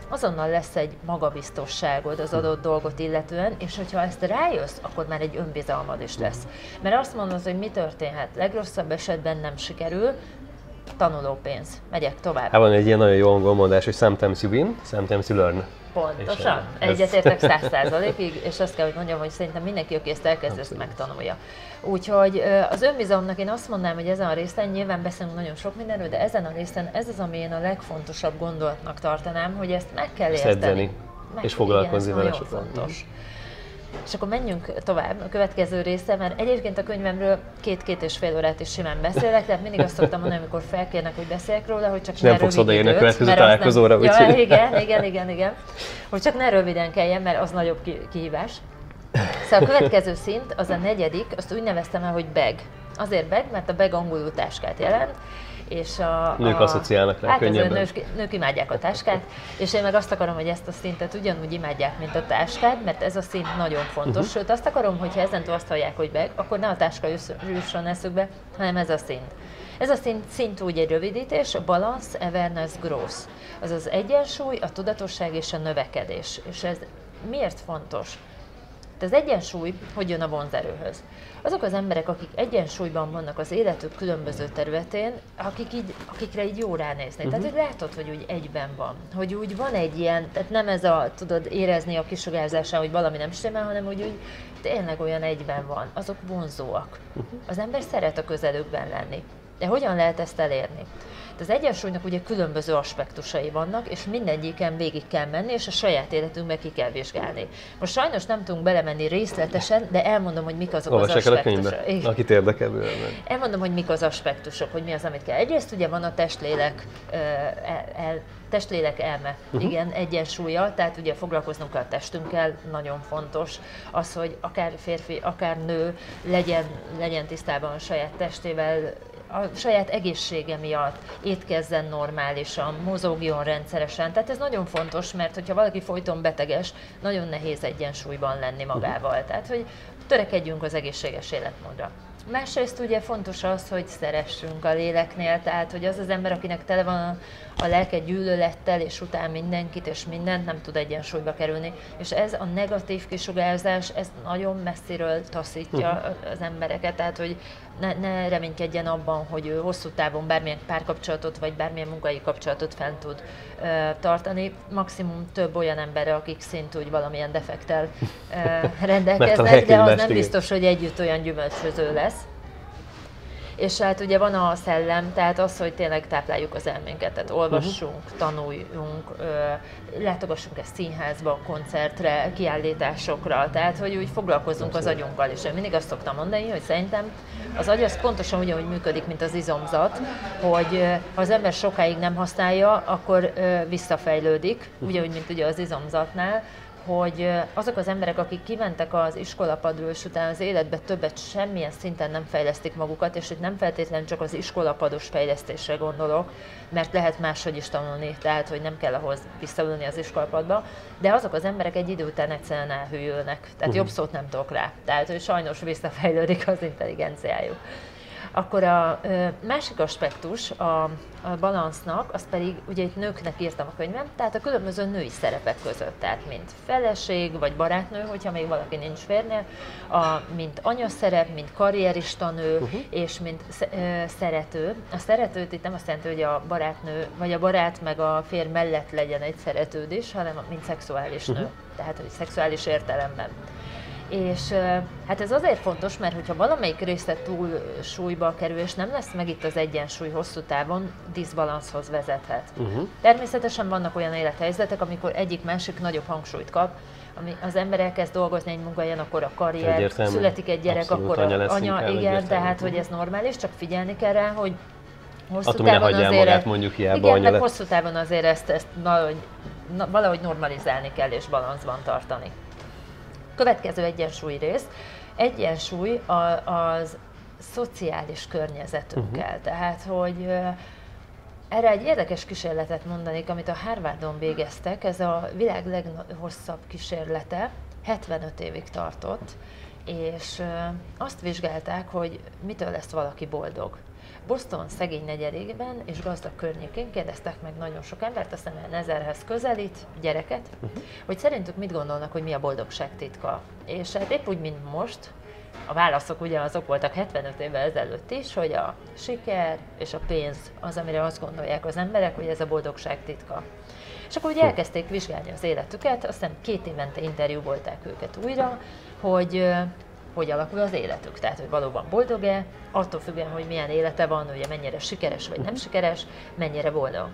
azonnal lesz egy magabiztosságod az adott dolgot illetően, és hogyha ezt rájössz, akkor már egy önbizalmad is lesz. Mert azt mondod, hogy mi történhet, legrosszabb esetben nem sikerül, tanulópénz, megyek tovább. Hát van egy ilyen nagyon jó angol mondás, hogy sometimes you win, sometimes you learn. Pontosan, egyetértek 100%-ig, és azt kell, hogy mondjam, hogy szerintem mindenki, aki ezt elkezd, ezt megtanulja. Úgyhogy az önbizalomnak én azt mondanám, hogy ezen a részen nyilván beszélünk nagyon sok mindenről, de ezen a részen ez az, ami én a legfontosabb gondolatnak tartanám, hogy ezt meg kell érteni. Edzeni, és foglalkozni vele sokan. Fontos. És akkor menjünk tovább a következő része, mert egyébként a könyvemről 2-2,5 órát is simán beszélek, tehát mindig azt szoktam mondani, amikor felkérnek, hogy beszéljek róla, hogy csak nem fogsz odaérni a következő találkozóra, úgyhogy... Igen. Hogy csak ne röviden kelljen, mert az nagyobb kihívás. Szóval a következő szint, az a 4., azt úgy neveztem el, hogy bag. Azért bag, mert a bag angolul táskát jelent, és nők asszociálnak rá könnyebben. Nők imádják a táskát, és én meg azt akarom, hogy ezt a szintet ugyanúgy imádják, mint a táskát, mert ez a szint nagyon fontos. Sőt, azt akarom, hogy ha ezentúl azt hallják, hogy bag, akkor ne a táska jusson eszükbe, hanem ez a szint. Ez a szint úgy egy rövidítés, a balance, awareness, growth. Azaz egyensúly, a tudatosság és a növekedés. És ez miért fontos? Az egyensúly hogy jön a vonzerőhöz? Azok az emberek, akik egyensúlyban vannak az életük különböző területén, akikre így jó ránézni. Tehát, hogy látod, hogy úgy egyben van. Hogy úgy van egy ilyen, tehát nem ez a, tudod, érezni a kisugárzásán, hogy valami nem stimmel, hanem hogy úgy tényleg olyan egyben van. Azok vonzóak. Az ember szeret a közelükben lenni. De hogyan lehet ezt elérni? Az egyensúlynak ugye különböző aspektusai vannak, és mindegyiken végig kell menni, és a saját életünkbe ki kell vizsgálni. Most sajnos nem tudunk belemenni részletesen, de elmondom, hogy mik azok az aspektusok. Akit érdekel bőven. Elmondom, hogy mik az aspektusok, hogy mi az, amit kell. Egyrészt ugye van a testlélek-elme, igen, egyensúlya, tehát ugye foglalkoznunk kell a testünkkel, nagyon fontos az, hogy akár férfi, akár nő legyen tisztában a saját testével, a saját egészsége miatt étkezzen normálisan, mozogjon rendszeresen. Tehát ez nagyon fontos, mert hogyha valaki folyton beteges, nagyon nehéz egyensúlyban lenni magával. Tehát, hogy törekedjünk az egészséges életmódra. Másrészt ugye fontos az, hogy szeressünk a léleknél, tehát hogy az az ember, akinek tele van a lelke gyűlölettel, és utál mindenkit és mindent, nem tud egyensúlyba kerülni. És ez a negatív kisugárzás, ez nagyon messziről taszítja az embereket, tehát hogy ne reménykedjen abban, hogy ő hosszú távon bármilyen párkapcsolatot, vagy bármilyen munkai kapcsolatot fent tud tartani. Maximum több olyan emberre, akik szintúgy valamilyen defektel rendelkeznek, de az nem biztos, hogy együtt olyan gyümölcsöző lesz. És hát ugye van a szellem, tehát az, hogy tényleg tápláljuk az elménket, tehát olvassunk, tanuljunk, látogassunk ezt színházba, koncertre, kiállításokra, tehát hogy úgy foglalkozzunk az agyunkkal. És én mindig azt szoktam mondani, hogy szerintem az agy az pontosan ugyanúgy működik, mint az izomzat, hogy ha az ember sokáig nem használja, akkor visszafejlődik, ugyanúgy, mint ugye az izomzatnál, hogy azok az emberek, akik kimentek az iskolapadról, és utána az életbe többet semmilyen szinten nem fejlesztik magukat, és itt nem feltétlenül csak az iskolapados fejlesztésre gondolok, mert lehet máshogy is tanulni, tehát hogy nem kell ahhoz visszaülni az iskolapadba, de azok az emberek egy idő után egyszerűen elhűlnek, tehát jobb szót nem tudok rá, tehát hogy sajnos visszafejlődik az intelligenciájuk. Akkor a másik aspektus a balansznak, az pedig, ugye itt nőknek írtam a könyvem, tehát a különböző női szerepek között, tehát mint feleség vagy barátnő, hogyha még valaki nincs férnél, mint anyaszerep, mint karrierista nő, és mint szerető. A szeretőt itt nem azt jelenti, hogy a barátnő, vagy a barát meg a férj mellett legyen egy szeretőd is, hanem mint szexuális nő, tehát hogy szexuális értelemben. És hát ez azért fontos, mert hogyha valamelyik része túl súlyba kerül, és nem lesz meg itt az egyensúly hosszú távon, diszbalanszhoz vezethet. Természetesen vannak olyan élethelyzetek, amikor egyik-másik nagyobb hangsúlyt kap, ami az ember elkezd dolgozni egy munkahelyen, akkor a karrier, egyértelmű. Születik egy gyerek, akkor anya, igen, tehát hogy ez normális, csak figyelni kell rá, hogy hosszú távon azért, mondjuk hiába igen, meg hosszú távon azért ezt valahogy normalizálni kell és balanszban tartani. Következő egyensúly rész. Egyensúly az szociális környezetünkkel. Tehát, hogy erre egy érdekes kísérletet mondanék, amit a Harvardon végeztek, ez a világ leghosszabb kísérlete, 75 évig tartott, és azt vizsgálták, hogy mitől lesz valaki boldog. Boston szegény negyedében és gazdag környékén kérdeztek meg nagyon sok embert, aztán 1000-hez közelít gyereket, hogy szerintük mit gondolnak, hogy mi a boldogság titka. És hát épp úgy, mint most, a válaszok ugyanazok voltak 75 évvel ezelőtt is, hogy a siker és a pénz az, amire azt gondolják az emberek, hogy ez a boldogság titka. És akkor ugye elkezdték vizsgálni az életüket, aztán 2 évente interjúvolták őket újra, hogy alakul az életük, tehát hogy valóban boldog-e, attól függően, hogy milyen élete van, ugye mennyire sikeres vagy nem sikeres, mennyire boldog.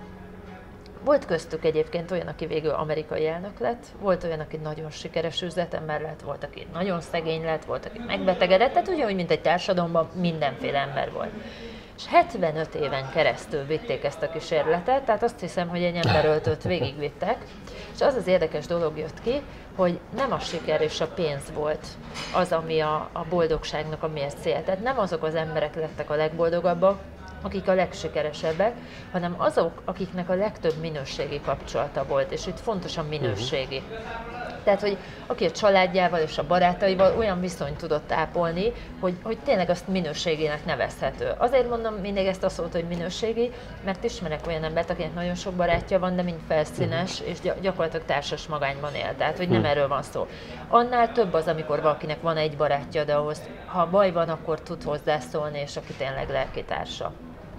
Volt köztük egyébként olyan, aki végül amerikai elnök lett, volt olyan, aki nagyon sikeres üzletember lett, volt, aki nagyon szegény lett, volt, aki megbetegedett, tehát ugyanúgy, mint egy társadalomban mindenféle ember volt. És 75 éven keresztül vitték ezt a kísérletet, tehát azt hiszem, hogy egy emberöltőt végigvittek, és az az érdekes dolog jött ki, hogy nem a siker és a pénz volt az, ami a boldogságnak a mércéje. Tehát nem azok az emberek lettek a legboldogabbak, akik a legsikeresebbek, hanem azok, akiknek a legtöbb minőségi kapcsolata volt, és itt fontos a minőségi. Tehát, hogy aki a családjával és a barátaival olyan viszonyt tudott ápolni, hogy tényleg azt minőségének nevezhető. Azért mondom mindig ezt a szót, hogy minőségi, mert ismerek olyan embert, akinek nagyon sok barátja van, de mind felszínes, és gyakorlatilag társas magányban él. Tehát, hogy nem erről van szó. Annál több az, amikor valakinek van egy barátja, de ahhoz, ha baj van, akkor tud hozzászólni, és aki tényleg lelkitársa.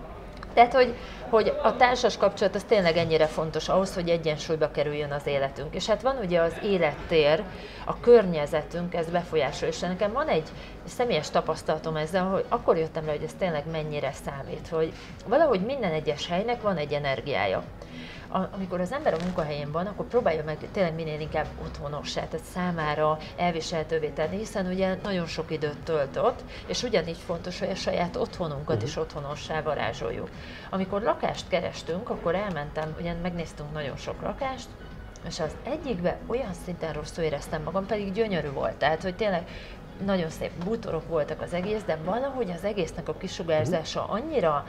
Tehát, hogy a társas kapcsolat az tényleg ennyire fontos ahhoz, hogy egyensúlyba kerüljön az életünk. És hát van ugye az élettér, a környezetünk, ez befolyásolja. És nekem van egy személyes tapasztalatom ezzel, hogy akkor jöttem rá, hogy ez tényleg mennyire számít, hogy valahogy minden egyes helynek van egy energiája. Amikor az ember a munkahelyén van, akkor próbálja meg tényleg minél inkább otthonossá, tehát számára elviselhetővé tenni, hiszen ugye nagyon sok időt tölt ott, és ugyanígy fontos, hogy a saját otthonunkat is otthonossá varázsoljuk. Amikor lakást kerestünk, akkor elmentem, ugye megnéztünk nagyon sok lakást, és az egyikben olyan szinten rosszul éreztem magam, pedig gyönyörű volt, tehát hogy tényleg nagyon szép bútorok voltak az egész, de valahogy az egésznek a kisugárzása annyira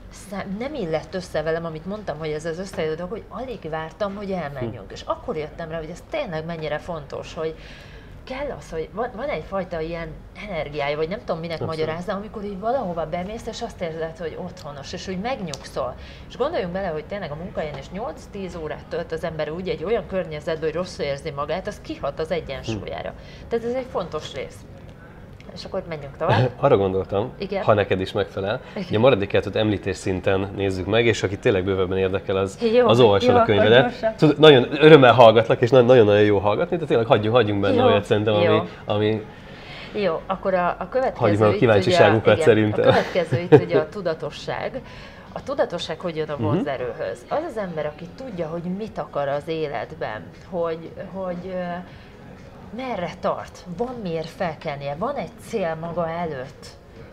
nem illett össze velem, amit mondtam, hogy ez az összejövő dolog, hogy alig vártam, hogy elmenjünk. És akkor jöttem rá, hogy ez tényleg mennyire fontos, hogy kell az, hogy van egyfajta ilyen energiája, vagy nem tudom minek magyarázza, amikor így valahova bemész, és azt érzed, hogy otthonos, és úgy megnyugszol. És gondoljunk bele, hogy tényleg a munkahelyen is 8-10 órát tölt az ember úgy egy olyan környezetben, hogy rosszul érzi magát, az kihat az egyensúlyára. Tehát ez egy fontos rész. És akkor menjünk tovább. Arra gondoltam, igen, ha neked is megfelel, hogy a maradékát említés szinten nézzük meg, és aki tényleg bővebben érdekel, az olvasson a könyvedet. Nagyon örömmel hallgatlak, és nagyon-nagyon jó hallgatni, de tényleg hagyjunk benne olyat szerintem, ami... Jó, akkor a következő... Hagyjuk meg a kíváncsiságunkat szerintem. A következő itt ugye a tudatosság. A tudatosság hogy jön a vonzerőhöz? Az az ember, aki tudja, hogy mit akar az életben, hogy merre tart, van miért felkelnie, van egy cél maga előtt,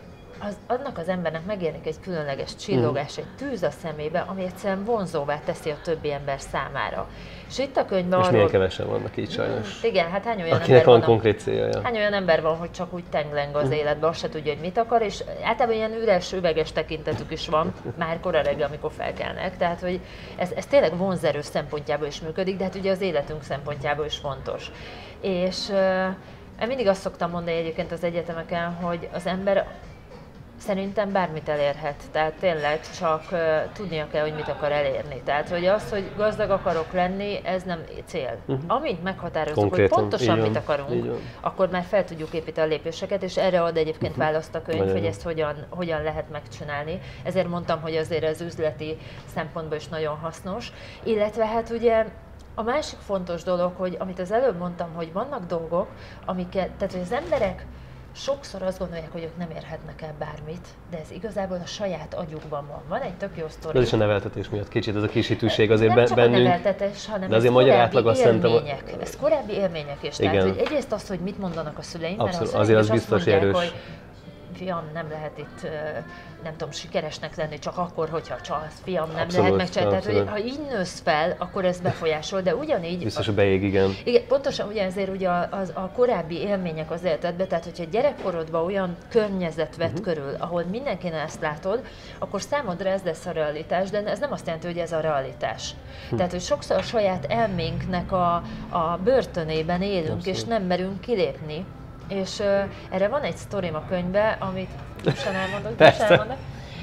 annak az embernek megjelenik egy különleges csillogás, egy tűz a szemébe, ami egyszerűen vonzóvá teszi a többi ember számára. És itt a könyvben és milyen kevesen vannak így sajnos. Igen, hát hány olyan akinek ember van konkrét célja. Hány olyan ember van, hogy csak úgy tengleng az életben, azt se tudja, hogy mit akar, és általában ilyen üres, üveges tekintetük is van, már kora reggel, amikor felkelnek. Tehát, hogy ez tényleg vonzerő szempontjából is működik, de hát ugye az életünk szempontjából is fontos. És én mindig azt szoktam mondani egyébként az egyetemeken, hogy az ember szerintem bármit elérhet, tehát tényleg csak tudnia kell, hogy mit akar elérni. Tehát, hogy az, hogy gazdag akarok lenni, ez nem cél. Amint meghatározunk, konkrétan, hogy pontosan mit akarunk, akkor már fel tudjuk építeni a lépéseket, és erre ad egyébként választ a könyv, hogy ezt hogyan lehet megcsinálni. Ezért mondtam, hogy azért az üzleti szempontból is nagyon hasznos. Illetve hát ugye a másik fontos dolog, hogy amit az előbb mondtam, hogy vannak dolgok, amiket, tehát hogy az emberek sokszor azt gondolják, hogy ők nem érhetnek el bármit, de ez igazából a saját agyukban van. Van egy tök jó sztori. Ez is a neveltetés miatt kicsit, ez a kis hitűség azért nem csak bennünk. A neveltetés, hanem de azért magyar átlag azt élmények. Ez korábbi élmények is. Tehát, hogy egyrészt az, hogy mit mondanak a szüleim, mert a szüleim is azt mondják, erős. Hogy fiam, nem lehet itt, nem tudom, sikeresnek lenni csak akkor, hogyha csalsz, fiam, nem lehet megcsinálni. Tehát, hogy ha így nősz fel, akkor ez befolyásol, de ugyanígy... Biztos a beég, igen. Igen, pontosan ugyanezért ugye a korábbi élmények az életedbe, tehát hogyha gyerekkorodban olyan környezet vett körül, ahol mindenkinek ezt látod, akkor számodra ez lesz a realitás, de ez nem azt jelenti, hogy ez a realitás. Tehát, hogy sokszor a saját elménknek a börtönében élünk, és nem merünk kilépni. És erre van egy sztorim a könyvben, amit gyorsan elmondok,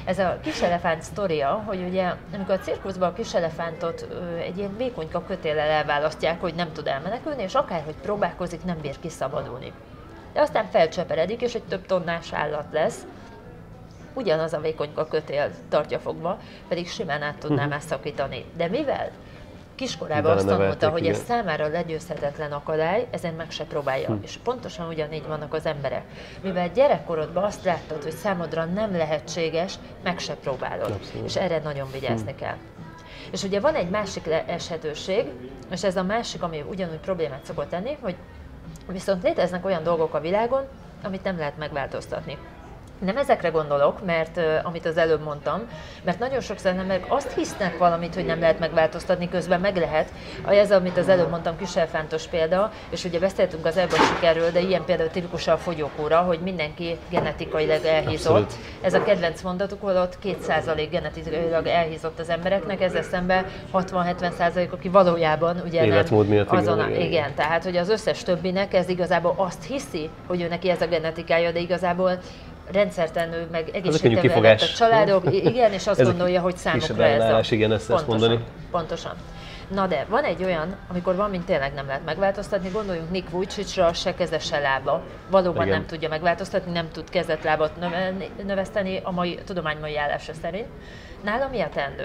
Ez a kis elefánt sztoria, hogy ugye amikor a cirkuszban a kis elefántot egy ilyen vékonyka kötéllel elválasztják, hogy nem tud elmenekülni, és akárhogy próbálkozik, nem bír kiszabadulni. De aztán felcseperedik, és egy több tonnás állat lesz. Ugyanaz a vékonyka kötél tartja fogva, pedig simán át tudná már szakítani. De mivel kiskorában azt tanulta, hogy ez számára legyőzhetetlen akadály, ezen meg se próbálja. És pontosan ugyanígy vannak az emberek. Mivel gyerekkorodban azt láttad, hogy számodra nem lehetséges, meg se próbálod. Abszolút. És erre nagyon vigyázni kell. És ugye van egy másik eshetőség, és ez a másik, ami ugyanúgy problémát szokott tenni, hogy viszont léteznek olyan dolgok a világon, amit nem lehet megváltoztatni. Nem ezekre gondolok, mert amit az előbb mondtam, mert nagyon sokszor emberek azt hisznek valamit, hogy nem lehet megváltoztatni, közben meg lehet. Ez, amit az előbb mondtam, kiselfántos példa, és ugye beszéltünk az elban sikerről, de ilyen például tipikus a fogyókúra, hogy mindenki genetikailag elhízott. Abszolút. Ez a kedvenc mondatuk, holott 2% genetikailag elhízott az embereknek, ezzel szemben 60-70%, aki valójában ugye életmód miatt azon, igen, tehát hogy az összes többinek ez igazából azt hiszi, hogy ő neki ez a genetikája, de igazából rendszertelenül, meg egészségtelenül lett a családok, igen, és azt gondolja, hogy számukra ez a... Igen, ezt mondani. Pontosan. Na de van egy olyan, amikor valamint tényleg nem lehet megváltoztatni, gondoljunk Nick Vujcicra, se keze, se lába. Valóban nem tudja megváltoztatni, nem tud kezet, lábat növeszteni a mai tudománymai állása szerint. Nála mi a teendő?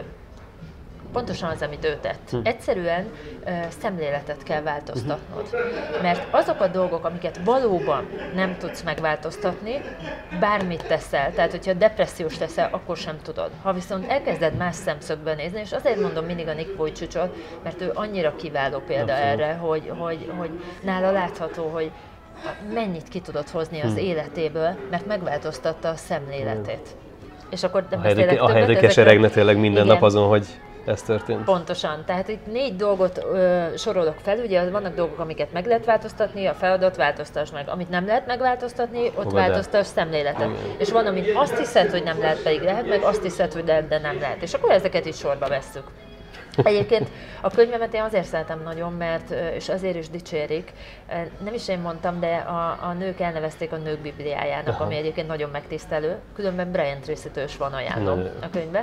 Pontosan az, amit ő tett. Egyszerűen szemléletet kell változtatnod. Mert azok a dolgok, amiket valóban nem tudsz megváltoztatni, bármit teszel, tehát hogyha depressziós leszel, akkor sem tudod. Ha viszont elkezded más szemszögből nézni, és azért mondom mindig a Nick Vujcicot, mert ő annyira kiváló példa erre, hogy nála látható, hogy mennyit ki tudod hozni az életéből, mert megváltoztatta a szemléletét. És akkor ahelyett, hogy keseregne tényleg minden nap azon, hogy ez történt. Pontosan. Tehát itt 4 dolgot sorolok fel, ugye vannak dolgok, amiket meg lehet változtatni, a feladat változtasd meg. Amit nem lehet megváltoztatni, ott változtasd szemléletet. És van, amit azt hiszed, hogy nem lehet, pedig lehet, meg azt hiszed, hogy lehet, de nem lehet. És akkor ezeket is sorba vesszük. Egyébként a könyvemet én azért szeretem nagyon, mert, és azért is dicsérik, nem is én mondtam, de a nők elnevezték a Nők Bibliájának, ami egyébként nagyon megtisztelő, különben Brian Tracy-től is van ajánlom a könyvbe.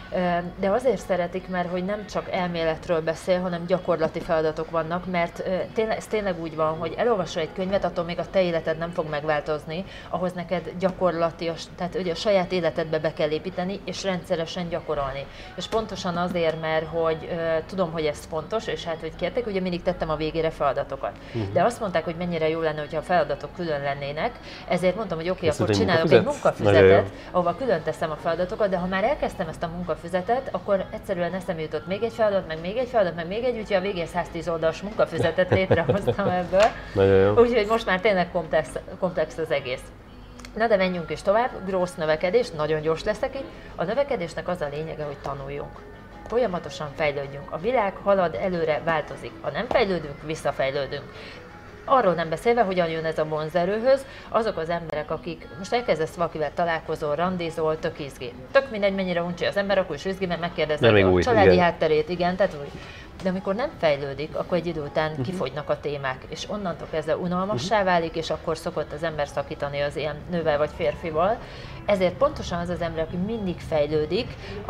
De azért szeretik, mert hogy nem csak elméletről beszél, hanem gyakorlati feladatok vannak, mert ez tényleg úgy van, hogy elolvasol egy könyvet, attól még a te életed nem fog megváltozni, ahhoz neked gyakorlati, tehát ugye a saját életedbe be kell építeni, és rendszeresen gyakorolni. És pontosan azért, mert hogy tudom, hogy ez fontos, és hát, hogy kérték, ugye mindig tettem a végére feladatokat. De azt mondták, hogy mennyire jó lenne, hogyha a feladatok külön lennének, ezért mondtam, hogy oké, akkor csinálok egy munkafüzetet, ahova külön teszem a feladatokat, de ha már elkezdtem ezt a munkafüzetet, akkor egyszerűen eszembe jutott még egy feladat, meg még egy feladat, meg még egy, úgyhogy a végén 110 oldalas munkafüzetet létrehoztam ebből. Úgyhogy most már tényleg komplex az egész. Na de menjünk is tovább, grossz növekedés, nagyon gyors leszek itt. A növekedésnek az a lényege, hogy tanuljunk. Folyamatosan fejlődjünk. A világ halad előre, változik. Ha nem fejlődünk, visszafejlődünk. Arról nem beszélve, hogyan jön ez a vonzerőhöz, azok az emberek, akik most elkezdesz valakivel találkozol, randizol, tök izgi. Tök mindegy, mennyire uncsi az ember, akkor is izgi, mert megkérdezed a családi hátterét, igen, tehát úgy. De amikor nem fejlődik, akkor egy idő után kifogynak a témák, és onnantól kezdve unalmassá válik, és akkor szokott az ember szakítani az ilyen nővel vagy férfival. Ezért pontosan az az ember, aki mindig fejlődik,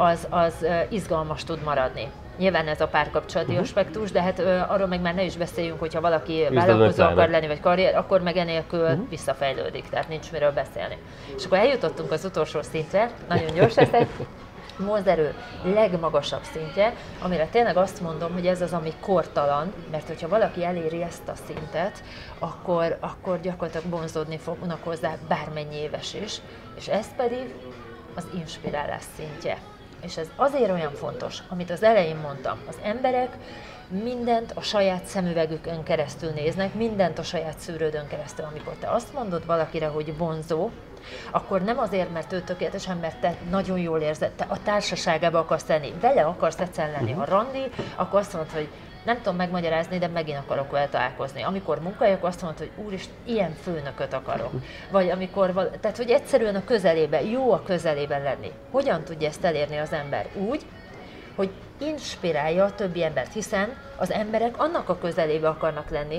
az izgalmas tud maradni. Nyilván ez a párkapcsolati aspektus, de hát arról meg már ne is beszéljünk, hogyha valaki vállalkozó akar lenni, vagy karrier, akkor meg enélkül visszafejlődik, tehát nincs miről beszélni. És akkor eljutottunk az utolsó szintre, nagyon gyors leszek, vonzerő legmagasabb szintje, amire tényleg azt mondom, hogy ez az, ami kortalan, mert hogyha valaki eléri ezt a szintet, akkor gyakorlatilag vonzódni fognak hozzá bármennyi éves is, és ez pedig az inspirálás szintje. És ez azért olyan fontos, amit az elején mondtam, az emberek mindent a saját szemüvegükön keresztül néznek, mindent a saját szűrődön keresztül. Amikor te azt mondod valakire, hogy vonzó, akkor nem azért, mert ő tökéletesen, mert te nagyon jól érzed, te a társaságába akarsz lenni, vele akarsz egyszerűen lenni. Ha randi, akkor azt mondod, hogy nem tudom megmagyarázni, de megint akarok vele találkozni. Amikor munkahely, akkor azt mondod, hogy úristen, ilyen főnököt akarok. Vagy amikor, tehát hogy egyszerűen a közelében, jó a közelében lenni. Hogyan tudja ezt elérni az ember? Úgy, hogy inspirálja a többi embert, hiszen az emberek annak a közelébe akarnak lenni,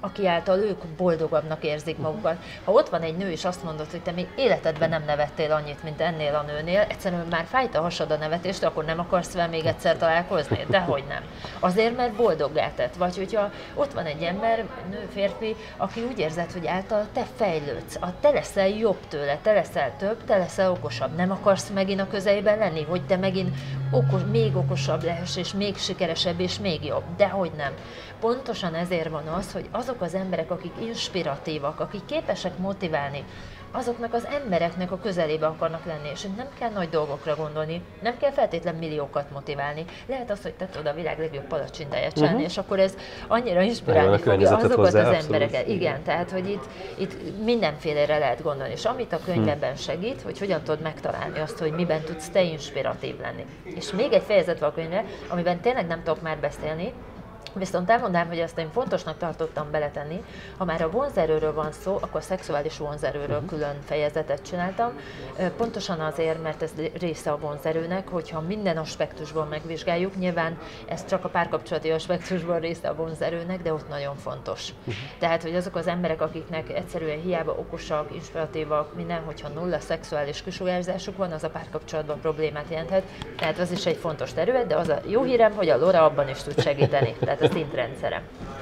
aki által ők boldogabbnak érzik magukat. Ha ott van egy nő, és azt mondod, hogy te még életedben nem nevettél annyit, mint ennél a nőnél, egyszerűen már fájt a hasad a nevetést, akkor nem akarsz vele még egyszer találkozni? Dehogy nem. Azért, mert boldoggá tett. Vagy hogyha ott van egy ember, nő, férfi, aki úgy érzed, hogy által te fejlődsz, te leszel jobb tőle, te leszel több, te leszel okosabb. Nem akarsz megint a közelében lenni, hogy te megint még okosabb lehess, és még sikeresebb, és még jobb. Dehogy nem. Pontosan ezért van az, hogy azok az emberek, akik inspiratívak, akik képesek motiválni, azoknak az embereknek a közelébe akarnak lenni, és nem kell nagy dolgokra gondolni, nem kell feltétlen milliókat motiválni. Lehet az, hogy te tudod a világ legjobb palacsintáját csinálni, és akkor ez annyira inspirálni fogja azokat az embereket. Igen, tehát, hogy itt mindenfélére lehet gondolni, és amit a könyvben segít, hogy hogyan tudod megtalálni azt, hogy miben tudsz te inspiratív lenni. És még egy fejezet van a könyvben, amiben tényleg nem tudok már beszélni, viszont elmondanám, hogy ezt én fontosnak tartottam beletenni. Ha már a vonzerőről van szó, akkor szexuális vonzerőről külön fejezetet csináltam. Pontosan azért, mert ez része a vonzerőnek, hogyha minden aspektusból megvizsgáljuk, nyilván ez csak a párkapcsolati aspektusból része a vonzerőnek, de ott nagyon fontos. Tehát, hogy azok az emberek, akiknek egyszerűen hiába okosak, inspiratívak, minden, hogyha nulla szexuális kisugárzásuk van, az a párkapcsolatban problémát jelenthet. Tehát az is egy fontos terület, de az a jó hírem, hogy a Laura abban is tud segíteni. Tehát a szintrendszerem.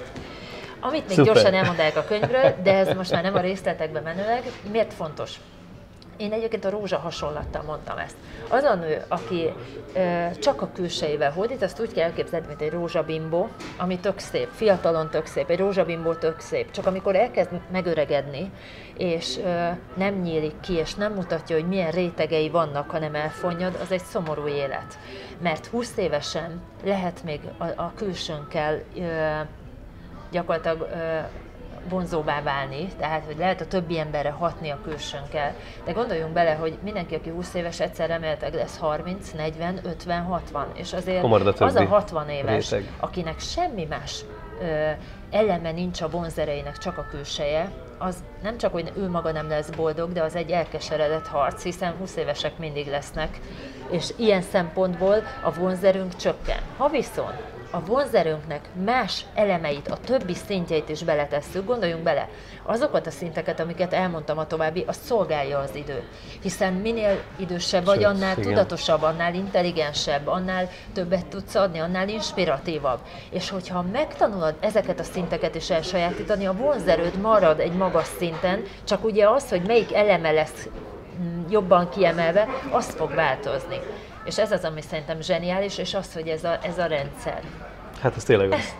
Amit még gyorsan elmondják a könyvről, de ez most már nem a részletekbe menőleg, miért fontos? Én egyébként a rózsa hasonlattal mondtam ezt. Az a nő, aki csak a külsejével hódít, azt úgy kell elképzelni, mint egy rózsabimbó, ami tök szép, fiatalon tök szép, egy rózsabimbó tök szép. Csak amikor elkezd megöregedni, és nem nyílik ki, és nem mutatja, hogy milyen rétegei vannak, hanem elfonnyad, az egy szomorú élet. Mert 20 évesen lehet még a külsőnkkel gyakorlatilag vonzóvá válni, tehát hogy lehet a többi emberre hatni a külsőnkkel. De gondoljunk bele, hogy mindenki, aki 20 éves, egyszer remélhetőleg lesz 30, 40, 50, 60. És azért az a 60 éves, réteg, akinek semmi más eleme nincs a vonzereinek, csak a külseje, az nem csak, hogy ő maga nem lesz boldog, de az egy elkeseredett harc, hiszen 20 évesek mindig lesznek, és ilyen szempontból a vonzerőnk csökken. Ha viszont a vonzerőnknek más elemeit, a többi szintjeit is beletesszük, gondoljunk bele, azokat a szinteket, amiket elmondtam a további, azt szolgálja az idő. Hiszen minél idősebb vagy, annál tudatosabb, annál intelligensebb, annál többet tudsz adni, annál inspiratívabb. És hogyha megtanulod ezeket a szinteket is elsajátítani, a vonzerőd marad egy magas szinten, csak ugye az, hogy melyik eleme lesz jobban kiemelve, az fog változni. És ez az, ami szerintem zseniális, és az, hogy ez a rendszer. Hát ez tényleg az.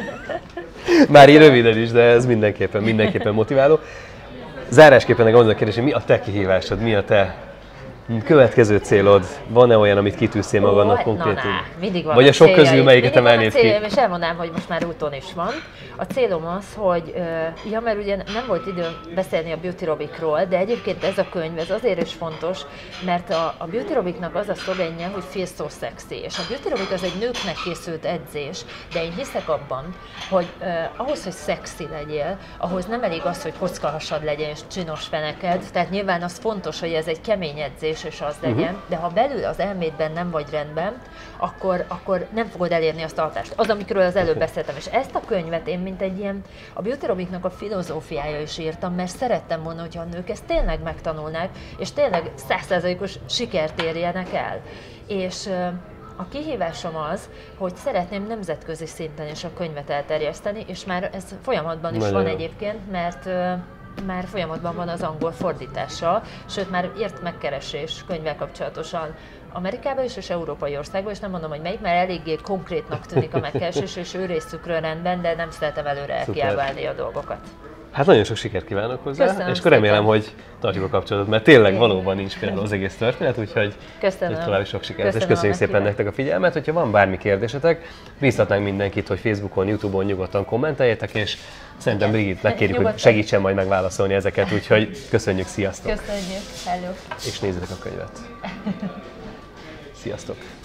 Már így röviden is, de ez mindenképpen motiváló. Zárásképpen nekem az a kérdés, hogy mi a te kihívásod, mi a te következő célod? Van-e olyan, amit kitűztél magadnak konkrétan? Mindig van. Vagy a sok közül melyiket emelnéd ki? És elmondanám, hogy most már úton is van. A célom az, hogy, mert ugye nem volt időm beszélni a Beauty Robicról, de egyébként ez a könyv, ez azért is fontos, mert a Beauty Robicnak az a szlogenje, hogy feel so sexy. És a Beauty Robic az egy nőknek készült edzés, de én hiszek abban, hogy ahhoz, hogy szexi legyél, ahhoz nem elég az, hogy kockahasad legyen és csinos feneked, tehát nyilván az fontos, hogy ez egy kemény edzés, és az legyen, de ha belül az elmédben nem vagy rendben, akkor nem fogod elérni azt a hatást. Az, amikről az előbb beszéltem, és ezt a könyvet én mint egy ilyen, a Beauty Robicnak a filozófiája is írtam, mert szerettem volna, hogyha a nők ezt tényleg megtanulnák, és tényleg 100%-os sikert érjenek el. És a kihívásom az, hogy szeretném nemzetközi szinten is a könyvet elterjeszteni, és már ez folyamatban is van egyébként, mert már folyamatban van az angol fordítása, sőt már írt megkeresés könyvvel kapcsolatosan Amerikában is és európai országban, és nem mondom, hogy melyik, mert eléggé konkrétnak tűnik a megkeresés, és ő részükről rendben, de nem szeretem előre elkiabálni a dolgokat. Hát nagyon sok sikert kívánok hozzá, köszönöm és akkor remélem, hogy tartjuk a kapcsolatot, mert tényleg valóban inspiráló az egész történet, úgyhogy további sok sikert, és köszönjük szépen nektek a figyelmet. Hogyha van bármi kérdésetek, bíztatnánk mindenkit, hogy Facebookon, YouTube-on nyugodtan kommenteljetek, és szerintem Brigitte megkérjük, hogy segítsen majd megválaszolni ezeket, úgyhogy köszönjük, sziasztok! Köszönjük, hello! És nézzétek a könyvet! Sziasztok!